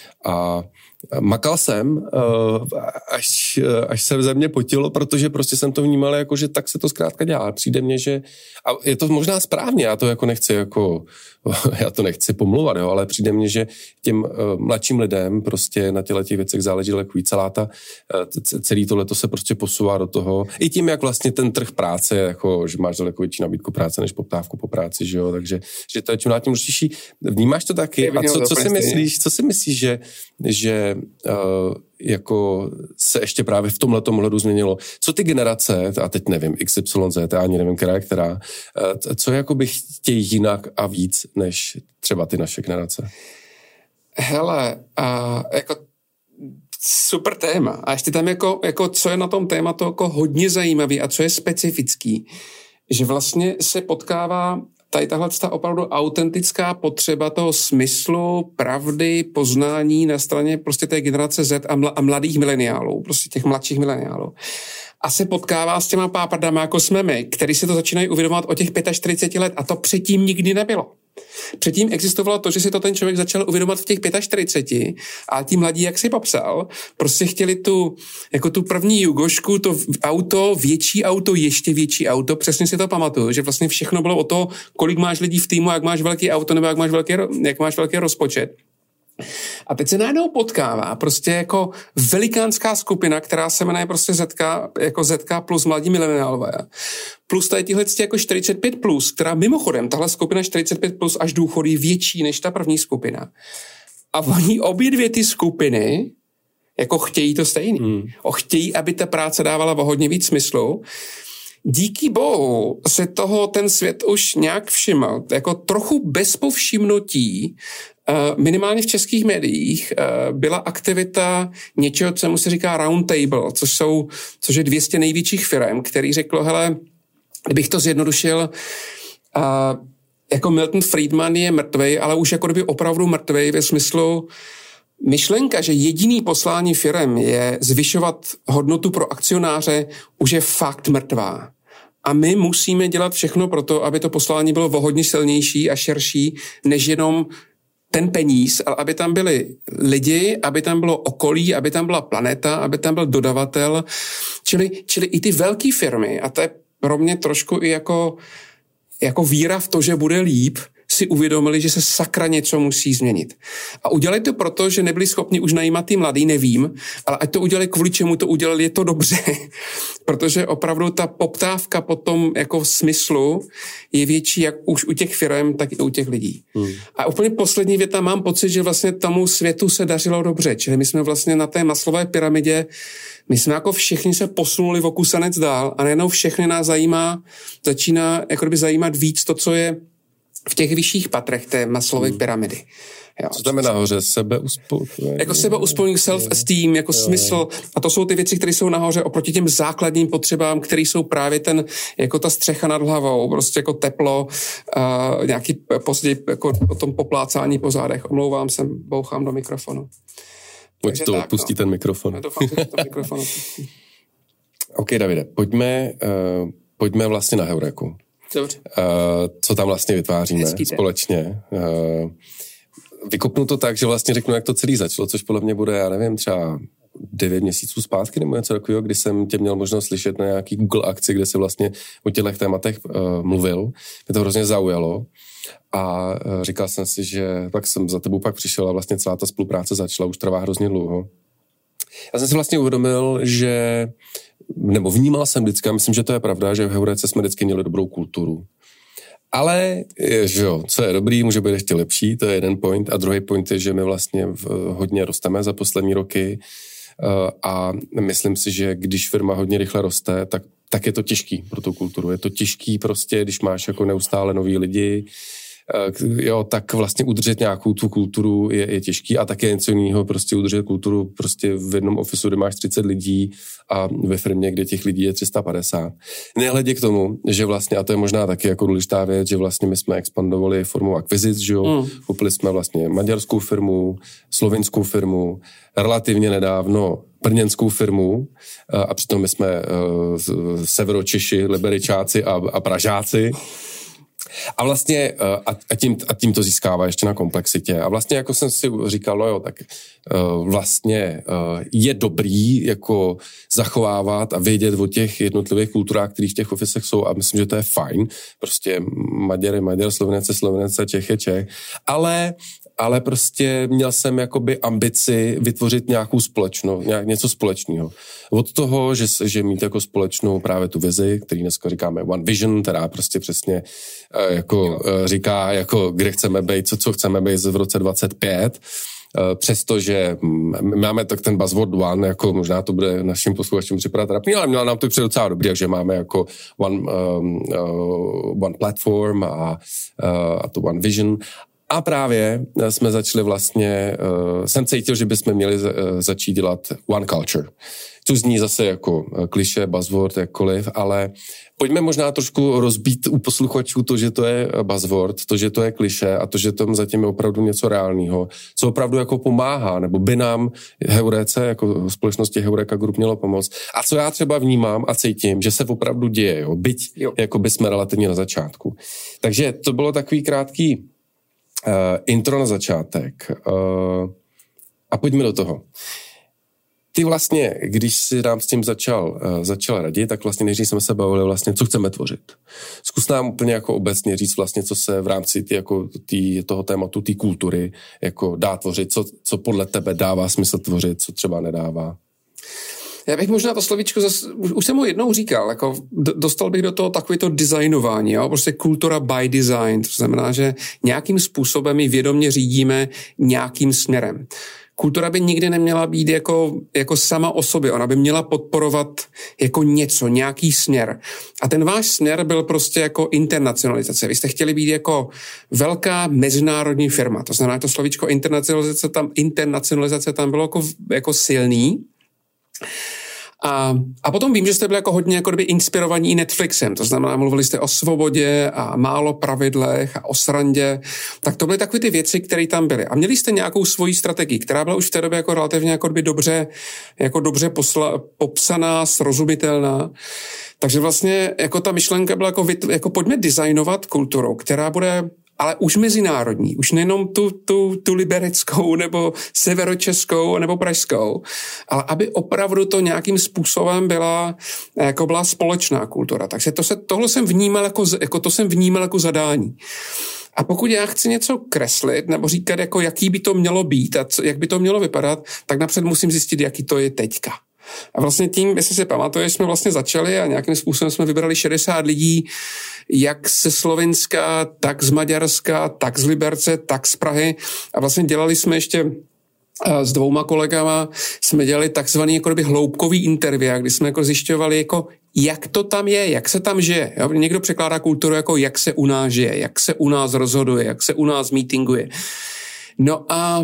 a makal jsem, až, až se ze mě potilo, protože prostě jsem to vnímal jako, že tak se to zkrátka dělá. Přijde mně, že a je to možná správně, já to jako nechci jako, já to nechci pomlouvat, jo, ale přijde mně, že těm mladším lidem prostě na těchto těch věcech záleží daleko víc. Celá ta, celý tohleto se prostě posouvá do toho. I tím, jak vlastně ten trh práce, jako, že máš daleko větší nabídku práce než poptávku po práci, že jo, takže že to je čím dál tím důležitější. Vnímáš to taky? A co, co si myslíš, co si myslíš, že, že uh, jako se ještě právě v tomhletom hledu změnilo? Co ty generace, a teď nevím, X Y Z, já ani nevím, která je která, uh, co jakoby chtějí jinak a víc, než třeba ty naše generace? Hele, uh, jako super téma. A ještě tam jako, jako co je na tom tématu jako hodně zajímavý a co je specifický, že vlastně se potkává tady tahle opravdu autentická potřeba toho smyslu, pravdy, poznání na straně prostě té generace Z a, mla, a mladých mileniálů, prostě těch mladších mileniálů. A se potkává s těma páprdama, jako jsme my, který si to začínají uvědomovat o těch čtyřiceti pěti let a to předtím nikdy nebylo. Předtím existovalo to, že si to ten člověk začal uvědomovat v těch čtyřiceti pěti a ti mladí, jak si popsal, prostě chtěli tu, jako tu první jugošku, to auto, větší auto, ještě větší auto, přesně si to pamatuju, že vlastně všechno bylo o to, kolik máš lidí v týmu, jak máš velký auto nebo jak máš velký, jak máš velký rozpočet. A teď se najednou potkává prostě jako velikánská skupina, která se jmenuje prostě Zetka, jako Zetka plus mladí mileniálové. Plus tady tyhle jako čtyřicet pět plus, která mimochodem, tahle skupina čtyřicet pět plus až důchody je větší než ta první skupina. A oni obě dvě ty skupiny jako chtějí to stejný. Hmm. O chtějí, aby ta práce dávala o hodně víc smyslu. Díky bohu se toho ten svět už nějak všiml. Jako trochu bez povšimnutí minimálně v českých médiích byla aktivita něčeho, co mu se říká round table, což jsou, což je dvě stě největších firm, který řeklo, hele, kdybych to zjednodušil, jako Milton Friedman je mrtvej, ale už jako kdyby opravdu mrtvej ve smyslu myšlenka, že jediný poslání firem je zvyšovat hodnotu pro akcionáře, už je fakt mrtvá. A my musíme dělat všechno pro to, aby to poslání bylo o hodně silnější a širší, než jenom ten peníz, ale aby tam byli lidi, aby tam bylo okolí, aby tam byla planeta, aby tam byl dodavatel, čili, čili i ty velké firmy, a to je pro mě trošku i jako, jako víra v to, že bude líp, si uvědomili, že se sakra něco musí změnit. A udělali to proto, že nebyli schopni už najímat ty mladý, nevím, ale ať to udělali, kvůli čemu to udělali, je to dobře. Protože opravdu ta poptávka po tom jako smyslu je větší jak už u těch firem, tak i u těch lidí. Hmm. A úplně poslední věta, mám pocit, že vlastně tomu světu se dařilo dobře. Čili my jsme vlastně na té Maslowové pyramidě, my jsme jako všichni se posunuli o kusanec dál a nejenom všechny nás zajímá, začíná jako kdyby zajímat víc to, co je v těch vyšších patrech té Maslowové hmm. pyramidy. Jo, co tam je nahoře? Sebeuspokojení? Jako sebeuspokojení, self-esteem, jako jo. smysl. A to jsou ty věci, které jsou nahoře oproti těm základním potřebám, které jsou právě ten, jako ta střecha nad hlavou, prostě jako teplo, uh, nějaký později jako o tom poplácání po zádech. Omlouvám se, bouchám do mikrofonu. Pojď to, tak, pustí no. ten mikrofon. Já doufám, že to mikrofon pustí. OK, Davide, pojďme, uh, pojďme vlastně na Heureku. Dobře. Uh, co tam vlastně vytváříme společně. Uh, vykopnu to tak, že vlastně řeknu, jak to celý začalo, což podle mě bude, já nevím, třeba devět měsíců zpátky nebo něco takového, kdy jsem tě měl možnost slyšet na nějaký Google akci, kde se vlastně o těchto tématech uh, mluvil. Mě to hrozně zaujalo a uh, říkal jsem si, že pak jsem za tebou pak přišel a vlastně celá ta spolupráce začala, už trvá hrozně dlouho. Já jsem si vlastně uvědomil, že nebo vnímal jsem vždycky, a myslím, že to je pravda, že v Heurece jsme vždycky měli dobrou kulturu. Ale, že jo, co je dobrý, může být ještě lepší, to je jeden point. A druhý point je, že my vlastně v, hodně rosteme za poslední roky a myslím si, že když firma hodně rychle roste, tak, tak je to těžký pro tu kulturu. Je to těžký prostě, když máš jako neustále nový lidi, jo, tak vlastně udržet nějakou tu kulturu je, je těžký a také něco jiného, prostě udržet kulturu prostě v jednom ofisu, kde máš třicet lidí a ve firmě, kde těch lidí je tři sta padesát. Nehledě k tomu, že vlastně, a to je možná taky jako důležitá věc, že vlastně my jsme expandovali formou akvizic, že jo, mm. Koupili jsme vlastně maďarskou firmu, slovinskou firmu, relativně nedávno brněnskou firmu a přitom my jsme uh, severočeši, liberečáci a, a pražáci. A vlastně a, a, tím, a tím to získává ještě na komplexitě. A vlastně jako jsem si říkal, no jo, tak uh, vlastně uh, je dobrý jako zachovávat a vědět o těch jednotlivých kulturách, které v těch ofisech jsou a myslím, že to je fajn. Prostě Maďar je Maďar, Slovenec je Slovenec, Čech je Čech. Ale ale prostě měl jsem jakoby ambici vytvořit nějakou společnou, nějak něco společného. Od toho, že, že mít jako společnou právě tu vizi, který dneska říkáme One Vision, která prostě přesně jako říká, jako kde chceme být, co, co chceme být v roce dvacet pět, přestože máme tak ten buzzword one, jako možná to bude našim posluchačům připadat trapný, ale měla nám to přijde docela dobrý, takže máme jako one, um, uh, one platform a, uh, a to One Vision. A právě jsme začali vlastně, uh, jsem cítil, že bychom měli uh, začít dělat One Culture. To zní zase jako kliše, buzzword, jakkoliv, ale pojďme možná trošku rozbít u posluchačů to, že to je buzzword, to, že to je kliše a to, že tam zatím je opravdu něco reálného, co opravdu jako pomáhá, nebo by nám Heurece, jako společnosti Heureka Group mělo pomoct. A co já třeba vnímám a cítím, že se opravdu děje, jo, byť jo. Jako by jsme relativně na začátku. Takže to bylo takový krátký uh, intro na začátek. Uh, a pojďme do toho. Ty vlastně, když si nám s tím začal, uh, začal radit, tak vlastně nejdřív jsme se bavili vlastně, co chceme tvořit. Zkus nám úplně jako obecně říct vlastně, co se v rámci tý, jako tý, toho tématu, té kultury jako dá tvořit, co, co podle tebe dává smysl tvořit, co třeba nedává. Já bych možná to slovíčko, zas, už jsem mu jednou říkal, jako dostal bych do toho takovýto designování, jo? Prostě kultura by design, to znamená, že nějakým způsobem ji vědomě řídíme nějakým směrem. Kultura by nikdy neměla být jako, jako sama o sobě, ona by měla podporovat jako něco, nějaký směr. A ten váš směr byl prostě jako internacionalizace. Vy jste chtěli být jako velká mezinárodní firma, to znamená, to slovíčko internacionalizace tam, internacionalizace tam bylo jako, jako silný. A, a potom vím, že jste byli jako hodně jako kdyby inspirovaní i Netflixem, to znamená, mluvili jste o svobodě a málo pravidlech a o srandě, tak to byly takové ty věci, které tam byly. A měli jste nějakou svoji strategii, která byla už v té době jako relativně jako kdyby dobře, jako dobře posla, popsaná, srozumitelná. Takže vlastně jako ta myšlenka byla jako, jako pojďme designovat kulturu, která bude ale už mezinárodní, už nejenom tu, tu, tu libereckou, nebo severočeskou, nebo pražskou, ale aby opravdu to nějakým způsobem byla, jako byla společná kultura. Takže to se, tohle jsem vnímal jako, jako, to jsem vnímal jako zadání. A pokud já chci něco kreslit, nebo říkat, jako jaký by to mělo být a co, jak by to mělo vypadat, tak napřed musím zjistit, jaký to je teďka. A vlastně tím, jestli si pamatuješ, jsme vlastně začali a nějakým způsobem jsme vybrali šedesát lidí, jak ze Slovenska, tak z Maďarska, tak z Liberce, tak z Prahy. A vlastně dělali jsme ještě s dvouma kolegama, jsme dělali takzvaný jako by hloubkový interview, kdy jsme jako zjišťovali, jako, jak to tam je, jak se tam žije. Jo? Někdo překládá kulturu jako jak se u nás žije, jak se u nás rozhoduje, jak se u nás meetinguje. No a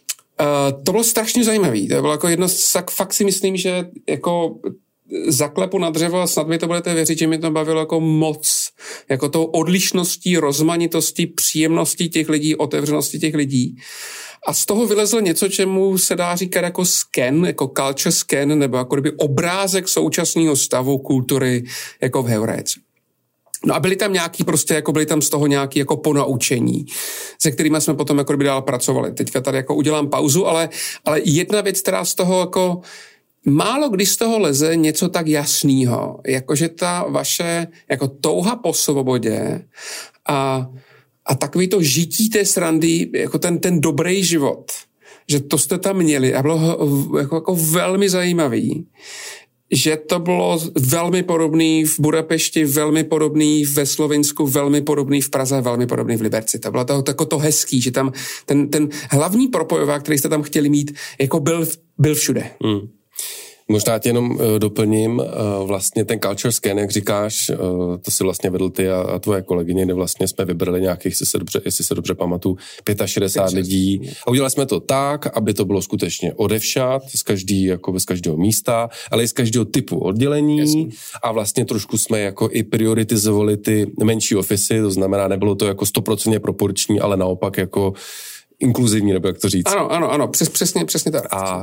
Uh, to bylo strašně zajímavé. To bylo jako jedno, tak fakt si myslím, že jako zaklepu na dřevo a snad mi to budete věřit, že mi to bavilo jako moc. Jako tou odlišností, rozmanitostí, příjemností těch lidí, otevřenosti těch lidí. A z toho vylezlo něco, čemu se dá říkat jako scan, jako culture scan, nebo jako kdyby obrázek současného stavu kultury jako v Heuréce. No a byli tam nějaký prostě, jako byli tam z toho nějaký jako ponaučení, se kterými jsme potom jako by dál pracovali. Teďka tady jako udělám pauzu, ale, ale jedna věc, která z toho jako málo kdy z toho leze něco tak jasného, jakože ta vaše jako touha po svobodě a, a takový to žití té srandy, jako ten, ten dobrý život, že to jste tam měli a bylo jako, jako velmi zajímavý, že to bylo velmi podobný v Budapešti, velmi podobný ve Slovinsku, velmi podobný v Praze, velmi podobný v Liberci. To bylo to, to, to hezký, že tam ten, ten hlavní propojovák, který jste tam chtěli mít, jako byl, byl všude. Hmm. Možná tě jenom uh, doplním, uh, vlastně ten culture scan, jak říkáš, uh, to si vlastně vedl ty a, a tvoje kolegyně, kde vlastně jsme vybrali nějakých, jestli se dobře, jestli se dobře pamatuju, šedesát pět lidí a udělali jsme to tak, aby to bylo skutečně odevšad, z každý, jako z každého místa, ale i z každého typu oddělení. Jasně. A vlastně trošku jsme jako i prioritizovali ty menší ofisy, to znamená, nebylo to jako stoprocentně proporční, ale naopak jako inkluzivní, nebo jak to říct. Ano, ano, ano, přes, přesně, přesně tak. A, uh,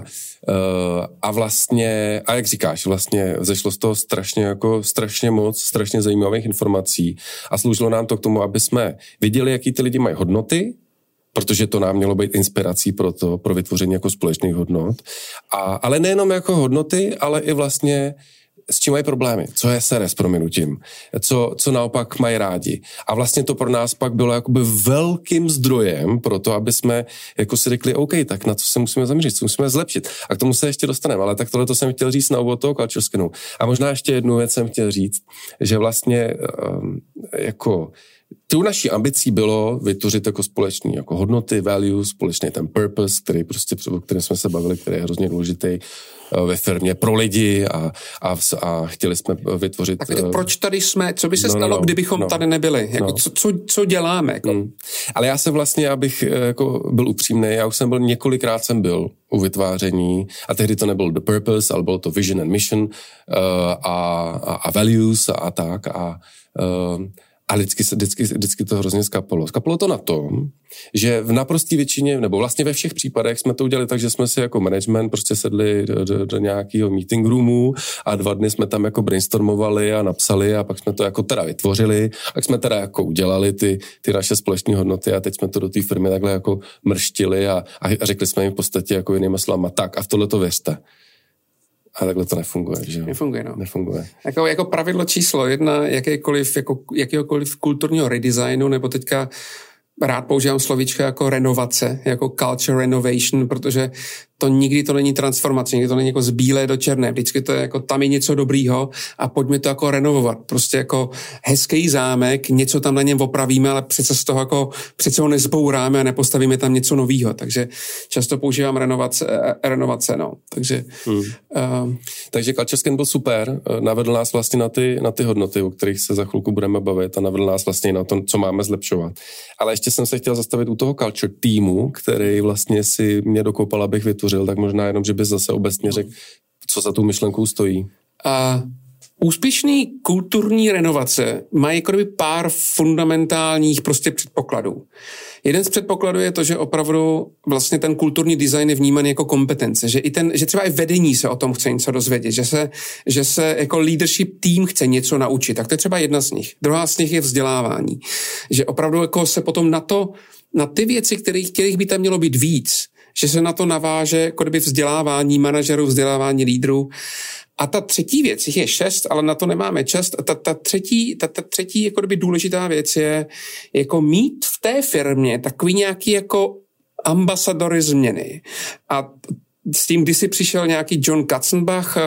a vlastně, a jak říkáš, vlastně vzešlo z toho strašně jako, strašně moc, strašně zajímavých informací a sloužilo nám to k tomu, aby jsme viděli, jaký ty lidi mají hodnoty, protože to nám mělo být inspirací pro to, pro vytvoření jako společných hodnot. A, ale nejenom jako hodnoty, ale i vlastně s čím mají problémy, co je sere s prominutím, co, co naopak mají rádi. A vlastně to pro nás pak bylo jakoby velkým zdrojem pro to, aby jsme jako si řekli, OK, tak na co se musíme zaměřit, co musíme zlepšit. A k tomu se ještě dostaneme, ale tak tohle to jsem chtěl říct na úvod toho culture scanu. A možná ještě jednu věc jsem chtěl říct, že vlastně um, jako tou naší ambicí bylo vytvořit jako společný jako hodnoty, values, společný ten purpose, který prostě, o kterém jsme se bavili, který je hrozně důležitý ve firmě pro lidi a, a, a chtěli jsme vytvořit... Tak proč tady jsme? Co by se no, stalo, no, kdybychom no, tady nebyli? Jako, no. co, co, co děláme? Jako? Hmm. Ale já se vlastně, abych jako byl upřímný, já už jsem byl, několikrát jsem byl u vytváření a tehdy to nebyl the purpose, ale bylo to vision and mission uh, a, a, a values a, a tak a... Uh, A vždycky, vždycky, vždycky to hrozně skapalo. Skapalo to na tom, že v naprosté většině, nebo vlastně ve všech případech jsme to udělali tak, že jsme si jako management prostě sedli do, do, do nějakého meeting roomu a dva dny jsme tam jako brainstormovali a napsali a pak jsme to jako teda vytvořili, pak jsme teda jako udělali ty, ty naše společné hodnoty a teď jsme to do té firmy takhle jako mrštili a, a řekli jsme jim v podstatě jako jinýma slovama tak a v tohle to věřte. A takhle to nefunguje, že jo? Nefunguje, no. Nefunguje. Jako, jako pravidlo číslo jedna jakékoliv, jako, jakéhokoliv kulturního redesignu, nebo teďka rád používám slovíčka jako renovace, jako culture renovation, protože to nikdy to není transformace, nikdy to není jako z bílé do černé, vždycky to je jako tam je něco dobrýho a pojďme to jako renovovat. Prostě jako hezký zámek, něco tam na něm opravíme, ale přece z toho jako přece ho nezbouráme a nepostavíme tam něco novýho, takže často používám renovace, renovace no. Takže, hmm. uh, takže Culture Scan byl super, navedl nás vlastně na ty, na ty hodnoty, o kterých se za chvilku budeme bavit a navedl nás vlastně na to, co máme zlepšovat. Ale ještě jsem se chtěl zastavit u toho culture týmu, který vlastně si mě dokopal, abych vytvořil, tak možná jenom, že bys zase obecně řekl, co za tou myšlenkou stojí? A úspěšný kulturní renovace mají jako pár fundamentálních prostě předpokladů. Jeden z předpokladů je to, že opravdu vlastně ten kulturní design je vnímaný jako kompetence, že i ten, že třeba i vedení se o tom chce něco dozvědět, že se, že se jako leadership tým chce něco naučit. Tak to je třeba jedna z nich. Druhá z nich je vzdělávání. Že opravdu jako se potom na to, na ty věci, kterých, kterých by tam mělo být víc, že se na to naváže jako kdyby vzdělávání manažerů, vzdělávání lídrů. A ta třetí věc, jich je šest, ale na to nemáme čas. Ta, ta třetí, ta, ta třetí jako kdyby důležitá věc je jako mít v té firmě takový nějaký jako ambasadory změny. A s tím, když si přišel nějaký John Katzenbach,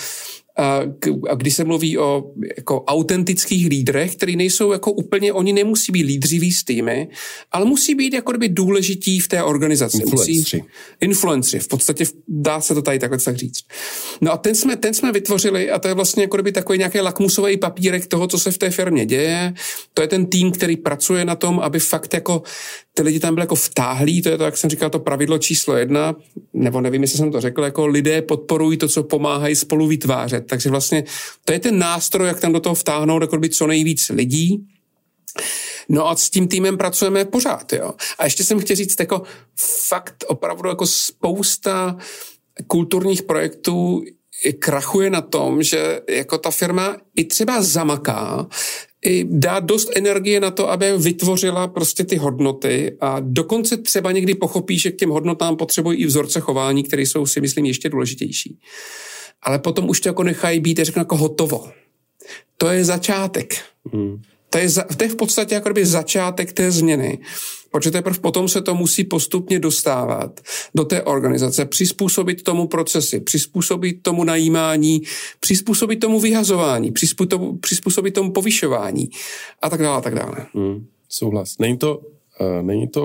a když se mluví o jako autentických lídrech, který nejsou jako úplně, oni nemusí být lídřiví z týmy, ale musí být jako kdyby důležití v té organizaci. Influenceri. Influenceri, v podstatě dá se to tady takhle tak říct. No a ten jsme, ten jsme vytvořili a to je vlastně jako kdyby takový nějaký lakmusový papírek toho, co se v té firmě děje. To je ten tým, který pracuje na tom, aby fakt jako ty lidi tam byli jako vtáhlí, to je to, jak jsem říkal, to pravidlo číslo jedna, nebo nevím, jestli jsem to řekl, jako lidé podporují to, co pomáhají spolu vytvářet. Takže vlastně to je ten nástroj, jak tam do toho vtáhnout jako by co nejvíc lidí. No a s tím týmem pracujeme pořád, jo. A ještě jsem chtěl říct, jako fakt opravdu jako spousta kulturních projektů krachuje na tom, že jako ta firma i třeba zamaká, i dá dost energie na to, aby vytvořila prostě ty hodnoty a dokonce třeba někdy pochopí, že k těm hodnotám potřebují i vzorce chování, které jsou, si myslím, ještě důležitější. Ale potom už to jako nechají být, řeknu, jako hotovo. To je začátek. Hmm. To, je za, to je v podstatě jako kdyby začátek té změny. Protože teprve potom se to musí postupně dostávat do té organizace, přizpůsobit tomu procesy, přizpůsobit tomu najímání, přizpůsobit tomu vyhazování, přizpůsobit tomu povyšování a tak dále, a tak dále. Hmm, souhlas. Není to, uh, není to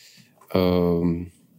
uh,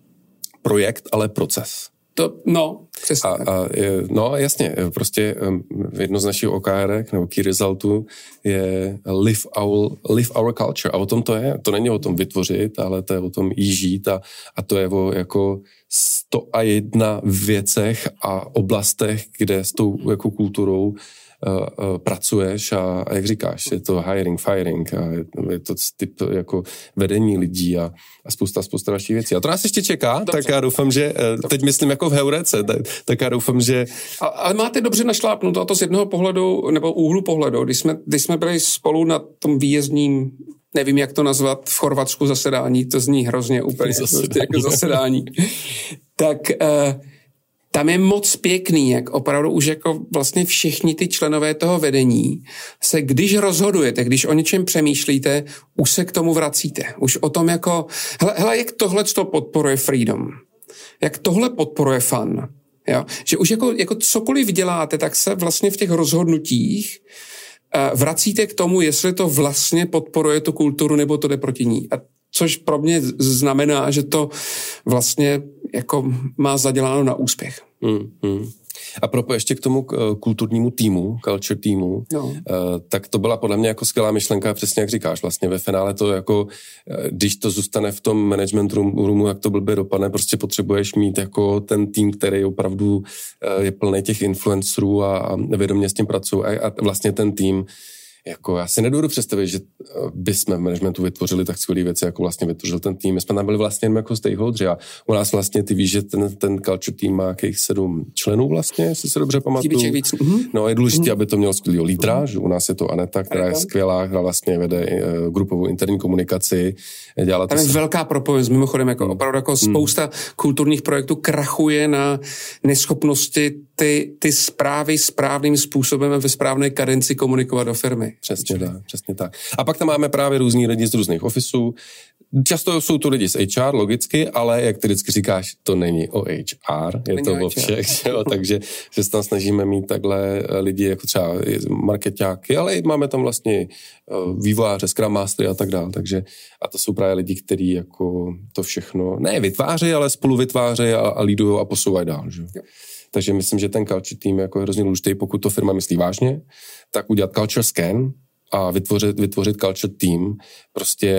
projekt, ale proces. To, no, přesně. A, a, no, jasně, prostě jedno z našich O K R nebo Key Resultů je live our, live our culture. A o tom to je. To není o tom vytvořit, ale to je o tom jí žít a, a to je o jako sto a jedna věcech a oblastech, kde s tou jako kulturou uh, uh, pracuješ a, a jak říkáš, je to hiring, firing a je, je to typ jako vedení lidí a, a spousta, spousta dalších věcí. A to nás ještě čeká, dobře. Tak já doufám, že dobře. Teď myslím jako v Heurece, tak, tak já doufám, že... A, ale máte dobře našlápnuto, a to z jednoho pohledu, nebo úhlu pohledu, když jsme, když jsme byli spolu na tom výjezdním, nevím, jak to nazvat, v Chorvatsku zasedání, to zní hrozně úplně zasedání, jako zasedání, tak... Uh, tam je moc pěkný, jak opravdu už jako vlastně všichni ty členové toho vedení se, když rozhodujete, když o něčem přemýšlíte, už se k tomu vracíte. Už o tom jako, hele, hele jak tohle to podporuje freedom, jak tohle podporuje fun. Jo? Že už jako, jako cokoliv děláte, tak se vlastně v těch rozhodnutích uh, vracíte k tomu, jestli to vlastně podporuje tu kulturu, nebo to jde proti ní. A což pro mě znamená, že to vlastně jako má zaděláno na úspěch. Hmm, hmm. A propo ještě k tomu kulturnímu týmu, culture týmu, no. tak to byla podle mě jako skvělá myšlenka, přesně jak říkáš, vlastně ve finále to jako, když to zůstane v tom management roomu, jak to blbě dopadne, prostě potřebuješ mít jako ten tým, který opravdu je plný těch influencerů a, a vědomě s tím pracují a, a vlastně ten tým jako já si nedovedu představit, že bychom v managementu vytvořili tak skvělé věci, jako vlastně vytvořil ten tým. My jsme tam byli vlastně jen jako stakeholdři a u nás vlastně ty víš, že ten, ten culture tým má jakých sedm členů vlastně, jestli se dobře pamatuju. Víc. No je důležité, mm-hmm. aby to mělo skvělého lídra, že u nás je to Aneta, která je skvělá, která vlastně vede uh, grupovou interní komunikaci. Dělala tam je se... velká propojenost, mimochodem, jako mm. opravdu jako spousta mm. kulturních projektů krachuje na neschopnosti ty, ty zprávy správným způsobem a ve správné kadenci komunikovat do firmy. Přesně tak, přesně tak. A pak tam máme právě různý lidi z různých ofisů. Často jsou to lidi z H R, logicky, ale jak ty vždycky říkáš, to není o H R, je není to o všech, jo, takže že se tam snažíme mít takhle lidi jako třeba markeťáky, ale i máme tam vlastně vývojáře, Scrum Mastery a tak dále, takže a to jsou právě lidi, kteří jako to všechno, ne vytváří, ale spolu vytváří a, a lídujou a posouvají dál, že jo. Takže myslím, že ten culture tým je jako hrozně důležitý, pokud to firma myslí vážně, tak udělat culture scan a vytvořit, vytvořit culture tým prostě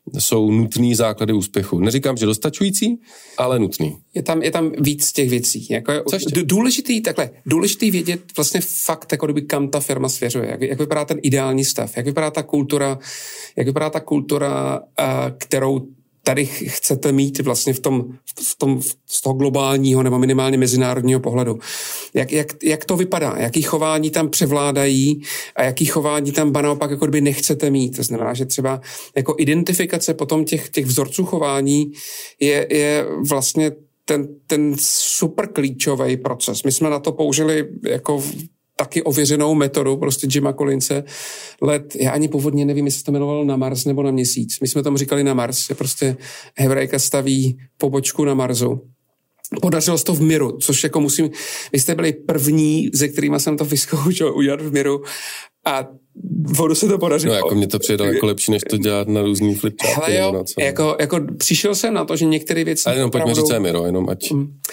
jsou nutný základy úspěchu. Neříkám, že dostačující, ale nutný. Je tam, je tam víc těch věcí. Jako je důležitý, takhle, důležitý vědět vlastně fakt, jako kdyby kam ta firma svěřuje. Jak, jak vypadá ten ideální stav, jak vypadá ta kultura, jak vypadá ta kultura, kterou tady chcete mít vlastně v tom, v tom z toho globálního nebo minimálně mezinárodního pohledu. Jak, jak, jak to vypadá? Jaký chování tam převládají a jaký chování tam ba naopak jako kdyby nechcete mít? To znamená, že třeba jako identifikace potom těch, těch vzorců chování je, je vlastně ten, ten super klíčový proces. My jsme na to použili jako taky ověřenou metodu, prostě Jima Collinse let, já ani původně nevím, jestli to jmenovalo na Mars nebo na Měsíc. My jsme tomu říkali na Mars, že prostě Hebrejka staví pobočku na Marsu. Podařilo se to v Miru, což jako musím, vy jste byli první, ze kterýma jsem to vyzkoušel udělat v Miru a vodu se to podařilo. No jako mě to přijde jako lepší, než to dělat na různý flipcharty. Hele jo, jako, jako přišel jsem na to, že některé věci... Ale jenom opravdu, pojďme říct, co je Miro, jenom ať...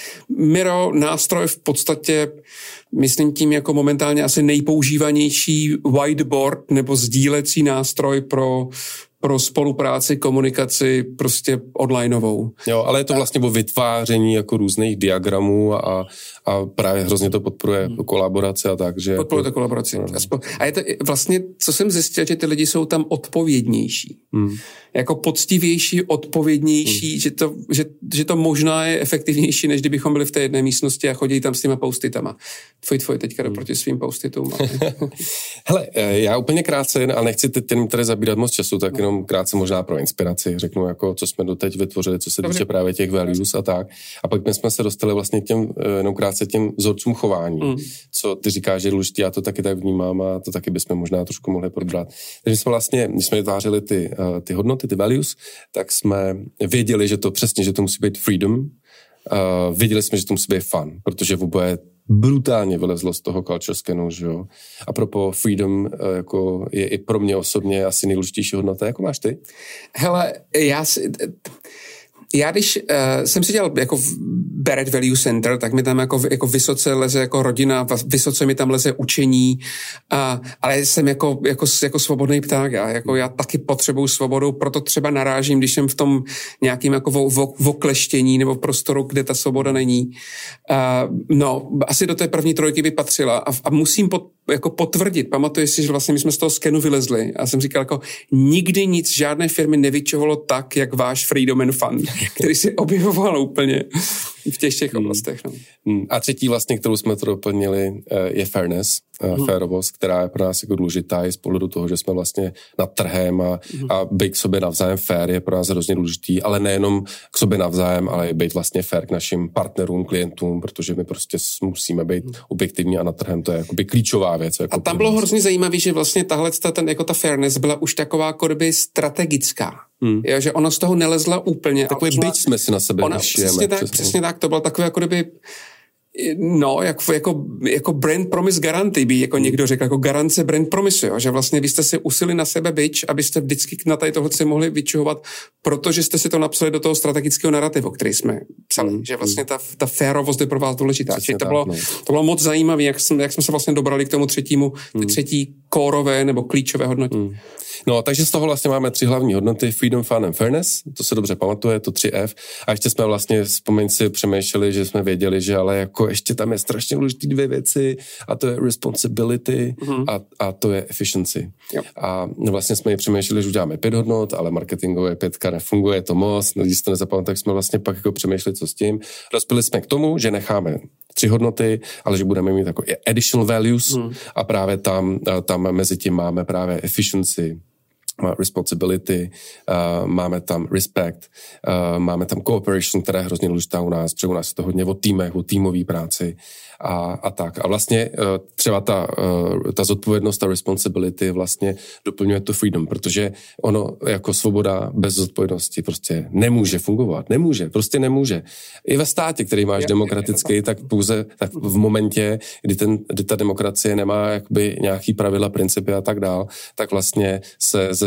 Miro, nástroj v podstatě, myslím tím jako momentálně asi nejpoužívanější whiteboard nebo sdílecí nástroj pro pro spolupráci, komunikaci prostě onlineovou. Jo, ale je to vlastně o vytváření jako různých diagramů a, a právě hrozně to podporuje hmm. kolaborace a tak, že... Podporuje to kolaboraci. No. A je to vlastně, co jsem zjistil, že ty lidi jsou tam odpovědnější. Hmm. Jako poctivější, odpovědnější, hmm. že, to, že, že to možná je efektivnější, než kdybychom byli v té jedné místnosti a chodili tam s těma poustitama. Tvoj, tvoj teďka hmm. doproti svým poustitům. Hele, já úplně krátce, a nechci teď tady zabírat moc času, tak jenom krátce možná pro inspiraci, řeknu, jako, co jsme doteď vytvořili, co se týče právě těch values a tak. A pak jsme se dostali vlastně k těm, jenom krátce těm vzorcům chování, mm. co ty říkáš, že je důležitý, já to taky tak vnímám a to taky bychom možná trošku mohli probrat. Takže jsme vlastně, když jsme vytvářeli ty, ty hodnoty, ty values, tak jsme věděli, že to přesně, že to musí být freedom, uh, věděli jsme, že to musí být fun, protože v oboje brutálně vylezlo z toho culture scanu, že jo. A propos freedom jako je i pro mě osobně asi nejdůležitější hodnota. Jako máš ty? Hele, já si... Já když uh, jsem si dělal jako v Barrett Value Center, tak mi tam jako, jako vysoce leze jako rodina, vysoce mi tam leze učení, a, ale jsem jako, jako, jako svobodný pták. Já, jako, já taky potřebuju svobodu, proto třeba narážím, když jsem v tom nějakým jako vo, vo, vokleštění nebo prostoru, kde ta svoboda není. Uh, no, asi do té první trojky by patřila a, a musím pod, jako potvrdit. Pamatuješ si, že vlastně my jsme z toho skenu vylezli a jsem říkal jako nikdy nic žádné firmy nevyčovalo tak, jak váš Freedom and Fun, který si objevoval úplně v těch všech oblastech. No. Hmm. A třetí vlastně, kterou jsme to doplnili, je fairness, hmm. férovost, která je pro nás jako důležitá i z pohledu toho, že jsme vlastně nad trhem a, hmm. a být k sobě navzájem fair je pro nás hrozně důležitý, ale nejenom k sobě navzájem, ale i být vlastně fair k našim partnerům, klientům, protože my prostě musíme být hmm. objektivní a nad trhem to je jakoby klíčová věc. Jako a tam bylo hrozně zajímavé, že vlastně tahle ten, jako ta fairness byla už taková jako kdyby strategická. Hmm. Jo, že ona z toho nelezla úplně. Takový byč jsme si na sebe ona, vyšijeme. Přesně tak, přesně. přesně tak, to bylo takové jako kdyby no, jako, jako, jako brand promise guarantee by jako někdo řekl, jako garance brand promise, jo? Že vlastně vy jste si usili na sebe bič, abyste vždycky na tady tohle si mohli vyčuhovat, protože jste si to napsali do toho strategického narrativu, který jsme psali, mm, že vlastně ta, ta férovost je pro vás důležitá. Čiže to, bylo, no. to bylo moc zajímavé, jak jsme, jak jsme se vlastně dobrali k tomu třetímu, mm. třetí kórové nebo klíčové hodnotě. Mm. No, takže z toho vlastně máme tři hlavní hodnoty, freedom, fun and fairness, to se dobře pamatuje, to tři F. A ještě jsme vlastně, vzpomeň si, přemýšleli, že jsme věděli, že ale jako ještě tam je strašně důležitý dvě věci a to je responsibility mm-hmm. a, a to je efficiency. Jo. A vlastně jsme ji přemýšleli, že uděláme pět hodnot, ale marketingové pětka nefunguje to moc, no, když to nezapamatujeme, tak jsme vlastně pak jako přemýšleli, co s tím. Rozpili jsme k tomu, že necháme tři hodnoty, ale že budeme mít jako additional values mm. a právě tam, tam mezi tím máme právě efficiency, responsibility, uh, máme tam respect, uh, máme tam cooperation, která je hrozně důležitá u nás, protože u nás je to hodně o týmech, o týmové práci a, a tak. A vlastně uh, třeba ta, uh, ta zodpovědnost, ta responsibility vlastně doplňuje to freedom, protože ono jako svoboda bez zodpovědnosti prostě nemůže fungovat. Nemůže, prostě nemůže. I ve státě, který máš demokratický, tak pouze tak v momentě, kdy, ten, kdy ta demokracie nemá jakoby nějaký pravidla, principy a tak dál, tak vlastně se ze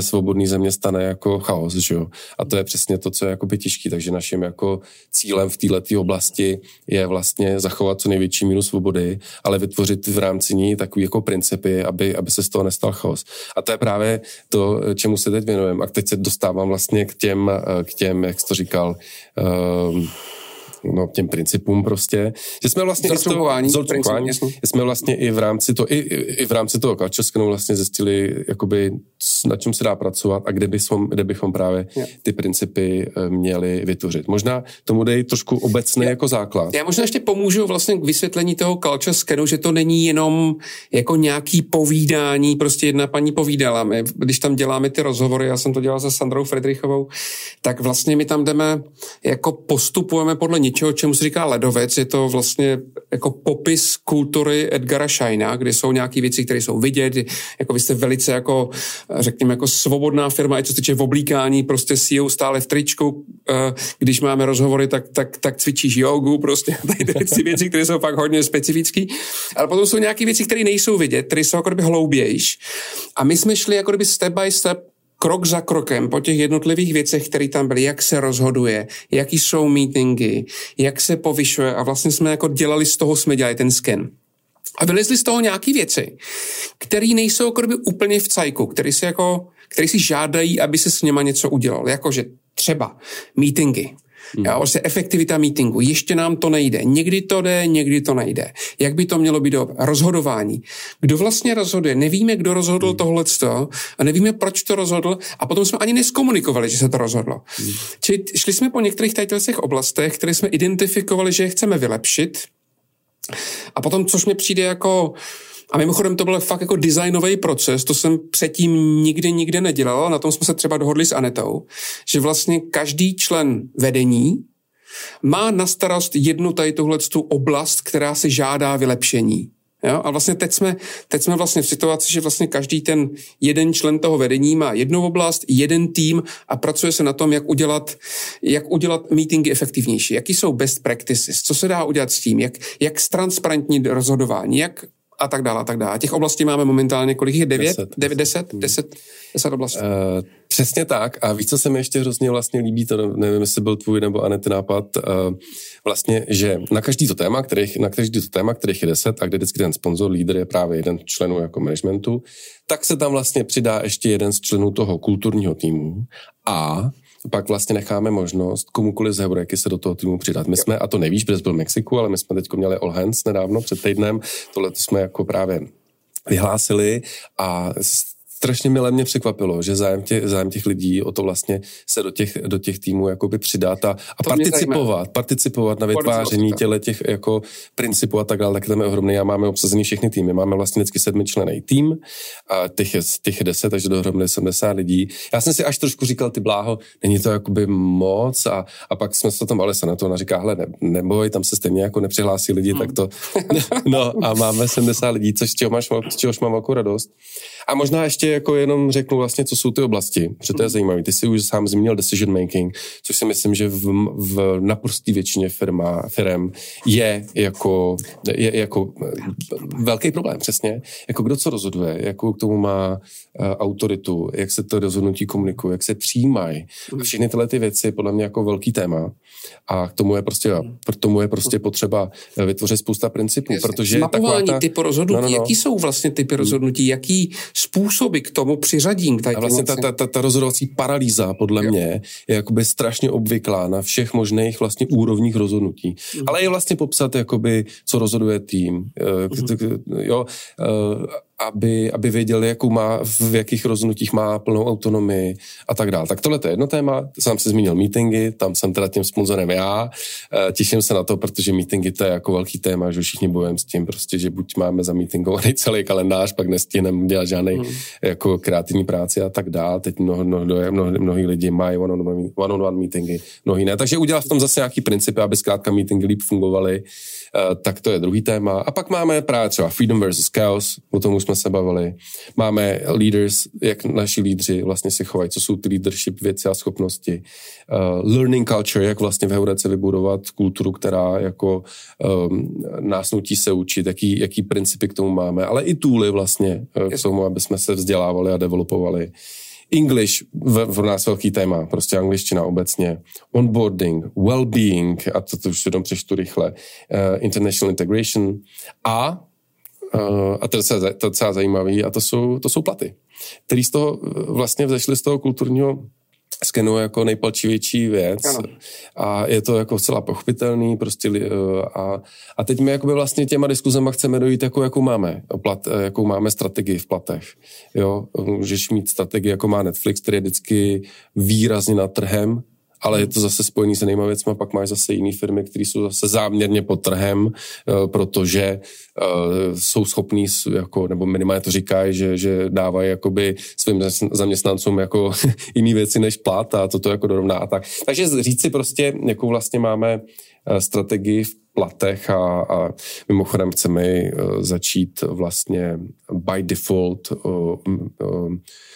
svobodné země stane jako chaos, že jo. A to je přesně to, co je jakoby těžký, takže naším jako cílem v této oblasti je vlastně zachovat co největší míru svobody, ale vytvořit v rámci ní takový jako principy, aby, aby se z toho nestal chaos. A to je právě to, čemu se teď věnujeme. A teď se dostávám vlastně k těm, k těm, jak jsi to říkal, um, no, těm principům prostě, že jsme vlastně Zorcování, jsme vlastně i v rámci to, i, i v rámci toho culture scanu vlastně zjistili, jakoby, na čem se dá pracovat a kde bychom, kde bychom právě yeah. ty principy měli vytvořit. Možná tomu dej trošku obecný yeah. jako základ. Já možná ještě pomůžu vlastně k vysvětlení toho culture scanu, že to není jenom jako nějaký povídání, prostě jedna paní povídala. My, když tam děláme ty rozhovory, já jsem to dělal se Sandrou Friedrichovou, tak vlastně my tam jdeme, jako postupujeme podle něčeho, čemu se říká ledovec, je to vlastně jako popis kultury Edgara Scheina, kde jsou nějaké věci, které jsou vidět, jako vy jste velice jako, řekněme, jako svobodná firma, i co se týče v oblíkání, prostě C E O stále v tričku, když máme rozhovory, tak, tak, tak cvičíš jogu, prostě tady ty věci, které jsou fakt hodně specifické, ale potom jsou nějaké věci, které nejsou vidět, které jsou jako kdyby hloubější. A my jsme šli jako kdyby step by step, krok za krokem po těch jednotlivých věcech, které tam byly, jak se rozhoduje, jaký jsou meetingy, jak se povyšuje a vlastně jsme jako dělali, z toho jsme dělali ten scan. A vylezly z toho nějaké věci, které nejsou jako by úplně v cajku, které si, jako, které si žádají, aby se s něma něco udělal. Jakože třeba meetingy. Hmm. Jo, vlastně efektivita meetingu. Ještě nám to nejde. Někdy to jde, někdy to nejde. Jak by to mělo být do rozhodování? Kdo vlastně rozhoduje? Nevíme, kdo rozhodl hmm. tohleto a nevíme, proč to rozhodl a potom jsme ani neskomunikovali, že se to rozhodlo. Hmm. Čili šli jsme po některých těch oblastech, které jsme identifikovali, že je chceme vylepšit a potom, což mi přijde jako... A mimochodem to byl fakt jako designový proces, to jsem předtím nikdy, nikdy nedělal, na tom jsme se třeba dohodli s Anetou, že vlastně každý člen vedení má na starost jednu tady tuhletu oblast, která se žádá vylepšení. Jo? A vlastně teď jsme, teď jsme vlastně v situaci, že vlastně každý ten jeden člen toho vedení má jednu oblast, jeden tým a pracuje se na tom, jak udělat, jak udělat meetingy efektivnější. Jaký jsou best practices, co se dá udělat s tím, jak, jak ztransparentní rozhodování, jak a tak dále, a tak dále. Těch oblastí máme momentálně, kolik je? Devět? Deset. Devět, deset? Deset, deset oblastí. Uh, přesně tak. A víš, co se mi ještě hrozně vlastně líbí, to nevím, jestli byl tvůj nebo Anety nápad, uh, vlastně, že na každý to téma, kterých, na každý to téma, kterých je deset a kde vždycky ten sponzor, lídr je právě jeden členů jako managementu, tak se tam vlastně přidá ještě jeden z členů toho kulturního týmu a pak vlastně necháme možnost komukoliv z Heureky se do toho týmu přidat. My jsme, a to nevíš, protože byl v Mexiku, ale my jsme teď měli All Hands nedávno, před týdnem, tohle jsme jako právě vyhlásili a strašně milé mě překvapilo, že zájem těch, zájem těch lidí o to vlastně se do těch, do těch týmů jakoby přidat a, a participovat, participovat na vytváření těle těch jako principů a tak dále, tak tam je ohromný. Já máme obsazený všechny týmy. Máme vlastně vždycky sedmičlenný tým a těch je, těch je deset, takže dohromady sedmdesát lidí. Já jsem si až trošku říkal, ty bláho, není to jakoby moc a, a pak jsme se tam ale se na to, ona říká, hele, ne, neboj, tam se stejně jako nepřihlásí lidi, hmm. tak to, no a máme sedmdesát lidí, což z čeho máš, z čehož mám velkou radost. A možná ještě jako jenom řeknu vlastně, co jsou ty oblasti, protože to je zajímavé. Ty jsi už sám zmínil decision making, což si myslím, že v, v naprosté většině firma, firem je jako, je jako velký problém, přesně. Jako kdo co rozhoduje, jakou k tomu má uh, autoritu, jak se to rozhodnutí komunikuje, jak se přijímají. A všechny tyhle ty věci podle mě jako velký téma. A k tomu je prostě, k tomu je prostě potřeba vytvořit spousta principů, Jasně. protože mapování ta... typu rozhodnutí, no, no, no. jaký jsou vlastně typy rozhodnutí, jaký způsoby k tomu přiřadím. A vlastně ta, ta, ta, ta rozhodovací paralýza podle jo. mě je jakoby strašně obvyklá na všech možných vlastně úrovních rozhodnutí. Mm. Ale je vlastně popsat, jakoby, co rozhoduje tým. Mm. Jo, aby, aby věděli, jakou má, v jakých rozhodnutích má plnou autonomii a tak dále. Tak tohle je jedno téma, sám si zmínil meetingy, tam jsem teda tím sponzorem já, těším se na to, protože meetingy to je jako velký téma, že všichni bojujeme s tím prostě, že buď máme zamítingovaný celý kalendář, pak nestihneme dělat žádnej hmm. jako kreativní práci a tak dále. Teď mnoho, mnoho, mnoho, mnohý lidi mají one-on-one, one-on-one meetingy, mnohý ne. Takže udělat v tom zase nějaký principy, aby zkrátka meetingy líp fungovaly, tak to je druhý téma. A pak máme právě třeba freedom versus chaos, o tom už jsme se bavili. Máme leaders, jak naši lídři vlastně se chovají, co jsou ty leadership věci a schopnosti. Uh, learning culture, jak vlastně v Heurece vybudovat kulturu, která jako um, nás nutí se učit, jaký, jaký principy k tomu máme, ale i tooly vlastně uh, k tomu, aby jsme se vzdělávali a developovali. English, v, v nás velký téma, prostě angličtina obecně, onboarding, well-being, a to, to už si jenom přečtu rychle, uh, international integration a, uh, a to je docela, to je docela zajímavý, a to jsou, to jsou platy, který z toho vlastně vzešly z toho kulturního skenu jako nejpalčivější věc. Ano. A je to jako celá pochopitelný prostě a, a teď my jakoby vlastně těma diskuzema chceme dojít, jako, jakou máme plat, jakou máme strategii v platech. Jo, můžeš mít strategii, jako má Netflix, který je vždycky výrazně nad trhem, ale je to zase spojený s jinýma věcma, pak máš zase jiný firmy, které jsou zase záměrně pod trhem, protože jsou schopní, jako, nebo minimálně to říkají, že, že dávají jakoby svým zaměstnancům jako jiný věci než plat a toto jako dorovná a tak. Takže říct si prostě, jakou vlastně máme strategii v platech a, a mimochodem chceme začít vlastně by default uh, uh,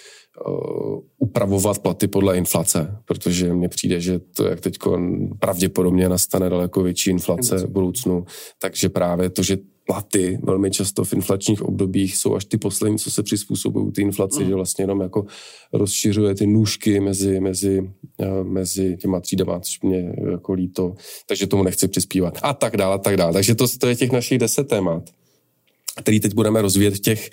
Uh, upravovat platy podle inflace, protože mně přijde, že to, jak teď pravděpodobně nastane daleko větší inflace v budoucnu, takže právě to, že platy velmi často v inflačních obdobích jsou až ty poslední, co se přizpůsobují ty inflaci, mm. že vlastně jenom jako rozšiřuje ty nůžky mezi, mezi, uh, mezi těma třídama, což mě jako líto, takže tomu nechci přispívat. A tak dále, a tak dále. Takže to, to je těch našich deset témat, který teď budeme rozvíjet v těch,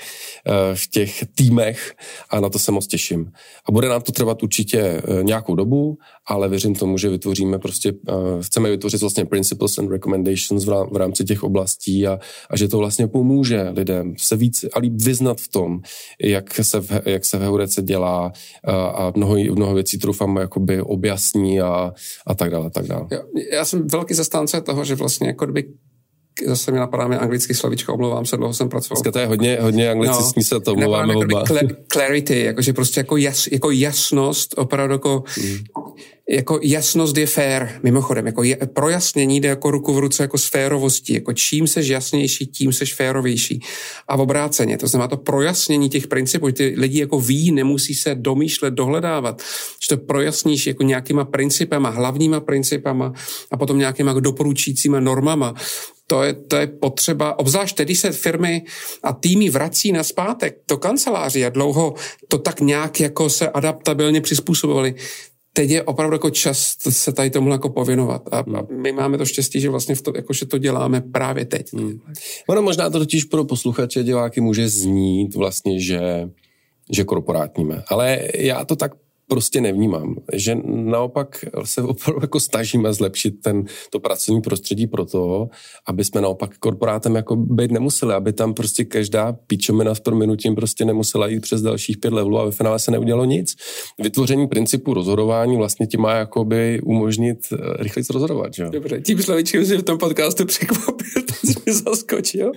v těch týmech a na to se moc těším. A bude nám to trvat určitě nějakou dobu, ale věřím tomu, že vytvoříme prostě, chceme vytvořit vlastně principles and recommendations v rámci těch oblastí a, a že to vlastně pomůže lidem se víc a líp vyznat v tom, jak se v, jak se v Heurece dělá a, a mnoho, mnoho věcí troufám jakoby objasní a, a tak dále, tak dále. Já, já jsem velký zastánce toho, že vlastně jako kdyby zase mi napadá mi anglický slovíčko, omlouvám se, dlouho jsem pracoval. Dneska to je hodně, hodně anglický, no, se to omlouváme oba. Clarity, jakože prostě jako, jas, jako jasnost, opravdu jako, mm. jako jasnost je fair, mimochodem, jako je, projasnění jde jako ruku v ruce jako s férovostí, jako čím seš jasnější, tím seš férovější. A v obráceně, to znamená to projasnění těch principů, ty lidi jako ví, nemusí se domýšlet, dohledávat, že to projasníš jako nějakýma principama, hlavníma principama a potom nějakýma doporučujícíma normama. To je, to je potřeba, obzvlášť tedy se firmy a týmy vrací nazpátek do kanceláří a dlouho to tak nějak jako se adaptabilně přizpůsobovali. Teď je opravdu jako čas se tady tomu jako pověnovat. A, a my máme to štěstí, že vlastně v to, jako, že to děláme právě teď. Hmm. Ono možná to totiž pro posluchače diváky může znít vlastně, že, že korporátníme. Ale já to tak prostě nevnímám, že naopak se opravdu jako snažíme zlepšit ten, to pracovní prostředí pro to, aby jsme naopak korporátem jako být nemuseli, aby tam prostě každá píčomina s prominutím prostě nemusela jít přes dalších pět levelů a ve finále se neudělalo nic. Vytvoření principu rozhodování vlastně ti má jakoby umožnit rychleji rozhodovat, že jo? Dobře, tím slovíčkem si v tom podcastu překvapil, to jsi mi zaskočil.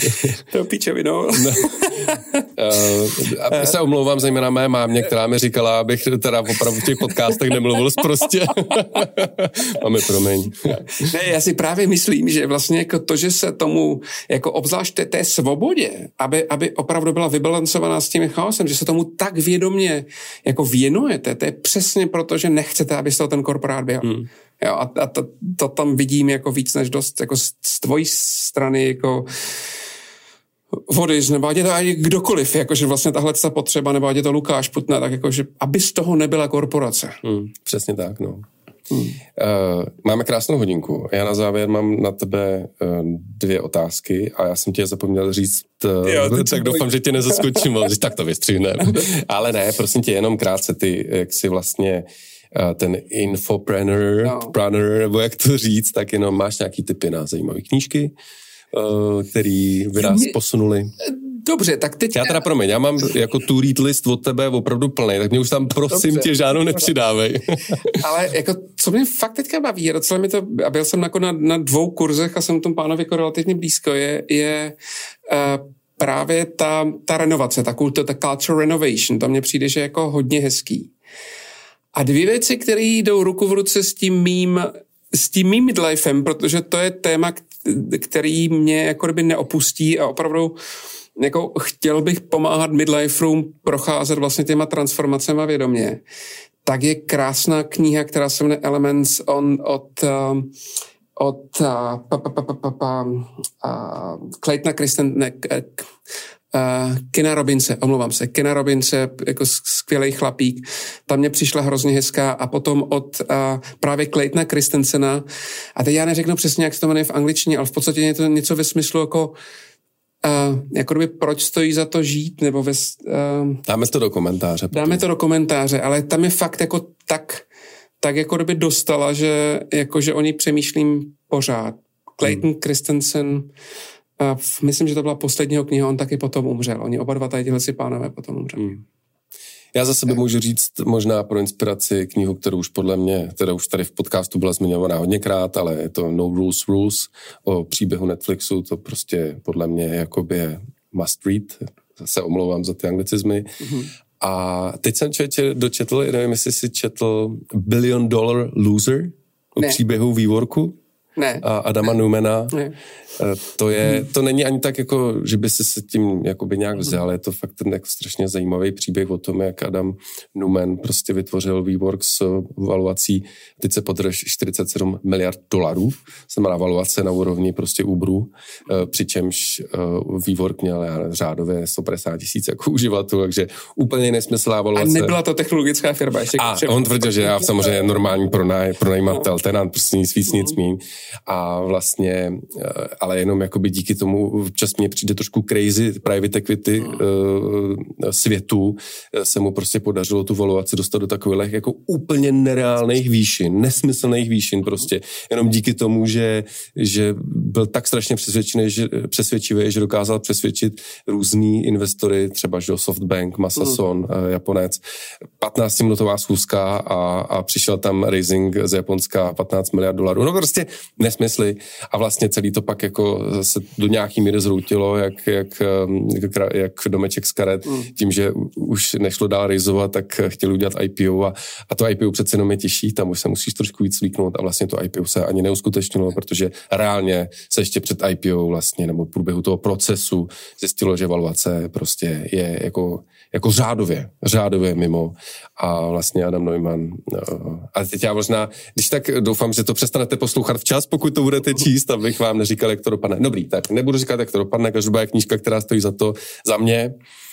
To píčovinou. No. A se omlouvám zejména mé mámě, která mi říkala, abych teda opravdu v těch podcastech nemluvil prostě. Máme promiň. Ne, já si právě myslím, že vlastně jako to, že se tomu, jako obzvlášť té, té svobodě, aby, aby opravdu byla vybalancovaná s tím chaosem, že se tomu tak vědomě jako věnujete, to je přesně proto, že nechcete, aby z toho ten korporát byl. Hmm. Jo, a a to, to tam vidím jako víc než dost, jako z, z tvojí strany, jako vody, nebo ať je to ani kdokoliv, jakože vlastně tahle ta potřeba, nebo ať je to Lukáš Putna, tak jakože, aby z toho nebyla korporace. Hmm, přesně tak, no. Hmm. Uh, máme krásnou hodinku. Já na závěr mám na tebe uh, dvě otázky a já jsem tě zapomněl říct, uh, jo, tak doufám, že tě nezaskočím, ale tak to vystřihneme. Ale ne, prosím tě, jenom krátce ty, jak si vlastně uh, ten infopreneur, no. Planner, nebo jak to říct, tak jenom máš nějaký tipy na zajímavé knížky, který by nás posunuli. Dobře, tak teď... Já teda promiň, já mám jako tu read list od tebe opravdu plný, tak mě už tam prosím dobře, tě žádnou nepřidávej. Ale jako, co mě fakt teďka baví, docela mi to, a byl jsem jako na, na dvou kurzech a jsem tomu pánovi jako relativně blízko, je, je uh, právě ta, ta renovace, ta kultura, ta culture renovation, to mně přijde, že je jako hodně hezký. A dvě věci, které jdou ruku v ruce s tím mým, s tím mým midlifem, protože to je téma, který mě jako kdyby neopustí a opravdu jako chtěl bych pomáhat midliferům procházet vlastně těma transformacemi vědomě. Tak je krásná kniha, která se jmenuje Elements on, od, od Claytona Christensena, Uh, Kena Robinse, omlouvám se, Kena Robinse, jako skvělý chlapík, tam mě přišla hrozně hezká a potom od uh, právě Claytona Christensena, a teď já neřeknu přesně, jak se to jmenuje v angličtině, ale v podstatě je to něco ve smyslu jako Uh, jako kdyby proč stojí za to žít, nebo ve... Uh, dáme to do komentáře. Dáme potom. to do komentáře, ale tam je fakt jako tak, tak jako kdyby dostala, že jako, že o ní přemýšlím pořád. Clayton hmm. Christensen, uh, myslím, že to byla posledního kniha, on taky potom umřel. Oni oba dva tady tyhle si pánové potom umřeli. Hmm. Já za sebe můžu říct možná pro inspiraci knihu, kterou už podle mě, teda už tady v podcastu byla zmiňovaná hodněkrát, ale je to No Rules Rules o příběhu Netflixu, to prostě podle mě jakoby je must read, zase omlouvám za ty anglicizmy. Mm-hmm. A teď jsem člověče dočetl, nevím, jestli jsi četl Billion Dollar Loser o ne. příběhu WeWorku. Ne. A Adama ne. Neumana. Ne. To je, to není ani tak jako, že by si se tím jakoby nějak vzal, je to fakt ten jako strašně zajímavý příběh o tom, jak Adam Neumann prostě vytvořil WeWork s valuací, teď se podrž čtyřicet sedm miliard dolarů, znamená valuace na úrovni prostě Uberu, přičemž WeWork měl řádově sto padesát tisíc jako uživatelů, takže úplně nesmyslná valuace. A nebyla to technologická firma ještě. A on tvrdil, že já samozřejmě normální pronaj, pronajímatel, no. tenant, prostě nic víc, nic míň. A vlastně ale jenom jakoby díky tomu včas mě přijde trošku crazy private equity uh, světu, se mu prostě podařilo tu valuaci dostat do takových jako úplně nereálných výšin, nesmyslných výšin prostě, jenom díky tomu, že, že byl tak strašně přesvědčený, že, přesvědčivý, že dokázal přesvědčit různý investory, třeba že Softbank, Masason, mm. uh, Japonec, patnáctiminutová schůzka a, a přišel tam raising z Japonska patnáct miliard dolarů, no prostě nesmysly a vlastně celý to pak jako se do nějaký míry zhroutilo, jak, jak, jak, jak domeček z karet, mm. tím, že už nešlo dál rejzovat, tak chtěli udělat I P O a, a to I P O přece jenom je těžší, tam už se musíš trošku víc slíknout a vlastně to I P O se ani neuskutečnilo, protože reálně se ještě před I P O vlastně, nebo v průběhu toho procesu zjistilo, že valuace prostě je jako, jako řádově, řádově mimo a vlastně Adam Neumann a teď já možná, když tak doufám, že to přestanete poslouchat včas, pokud to budete číst, abych vám neříkal, jak to dopadne. Dobrý, tak nebudu říkat, jak to dopadne, každá je knížka, která stojí za to, za mě.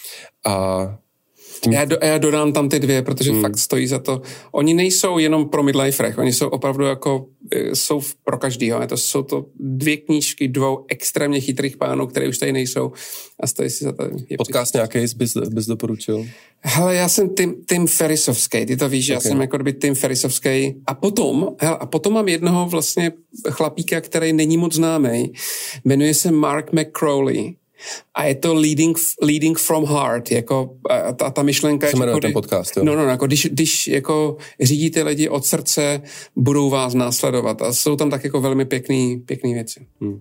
A tím... já, do, já dodám tam ty dvě, protože hmm. fakt stojí za to. Oni nejsou jenom pro midliferech, oni jsou opravdu jako, jsou pro každýho. To jsou to dvě knížky dvou extrémně chytrých pánů, které už tady nejsou a stojí si za to. Podcast nějaký bys, bys doporučil? Hele, já jsem Tim, Tim Ferrisovský, ty to víš, okay. Já jsem jako kdyby Tim Ferrisovský. A potom, hele, a potom mám jednoho vlastně chlapíka, který není moc známý. Jmenuje se Mark McCrowley. A je to leading, leading from heart, jako a ta, ta myšlenka... Se jmenuje jako, ten podcast, jo? No, no, jako když, když jako řídíte lidi od srdce, budou vás následovat. A jsou tam tak jako velmi pěkný, pěkný věci. Hmm.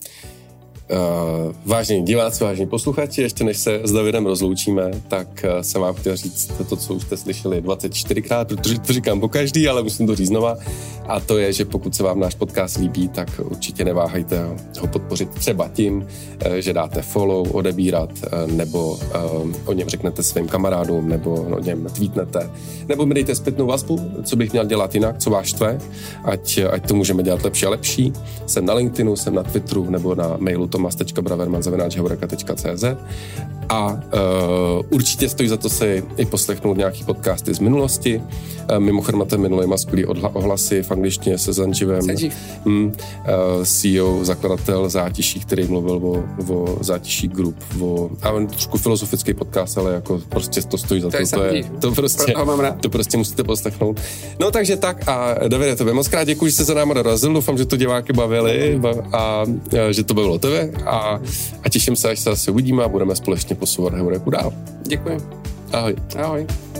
Uh, vážení diváci, vážení posluchači, ještě než se s Davidem rozloučíme, tak uh, jsem vám chtěl říct to, co už jste slyšeli dvacet čtyřikrát, protože to říkám po každý, ale musím to říct znova. A to je, že pokud se vám náš podcast líbí, tak určitě neváhejte ho podpořit třeba tím, uh, že dáte follow, odebírat, uh, nebo uh, o něm řeknete svým kamarádům, nebo o něm tweetnete, nebo mi dejte zpětnou vazbu, co bych měl dělat jinak, co vás štve, ať, ať to můžeme dělat lepší a lepší. Jsem na LinkedInu, jsem na Twitteru, nebo na mailu tomas tečka braverman zavináč heureka tečka cé zet a uh, určitě stojí za to si i poslechnout nějaký podcasty z minulosti. Uh, mimochodem máte minulý skvělý ohlasy v angličtině se Zanživem. Hmm, uh, C E O, zakladatel Zátiší, který mluvil o, o Zátiší Group, o, a on trošku filozofický podcast, ale jako prostě to stojí za to. To, to, je, to, prostě, to prostě musíte poslechnout. No takže tak a Davide, tobě moc krát děkuji, že jste za náma dorazil. Doufám, že to diváky bavili a, a že to bylo tebe. A, a těším se, až se zase uvidíme a budeme společně posouvat Heureku dál. Děkuji. Ahoj. Ahoj.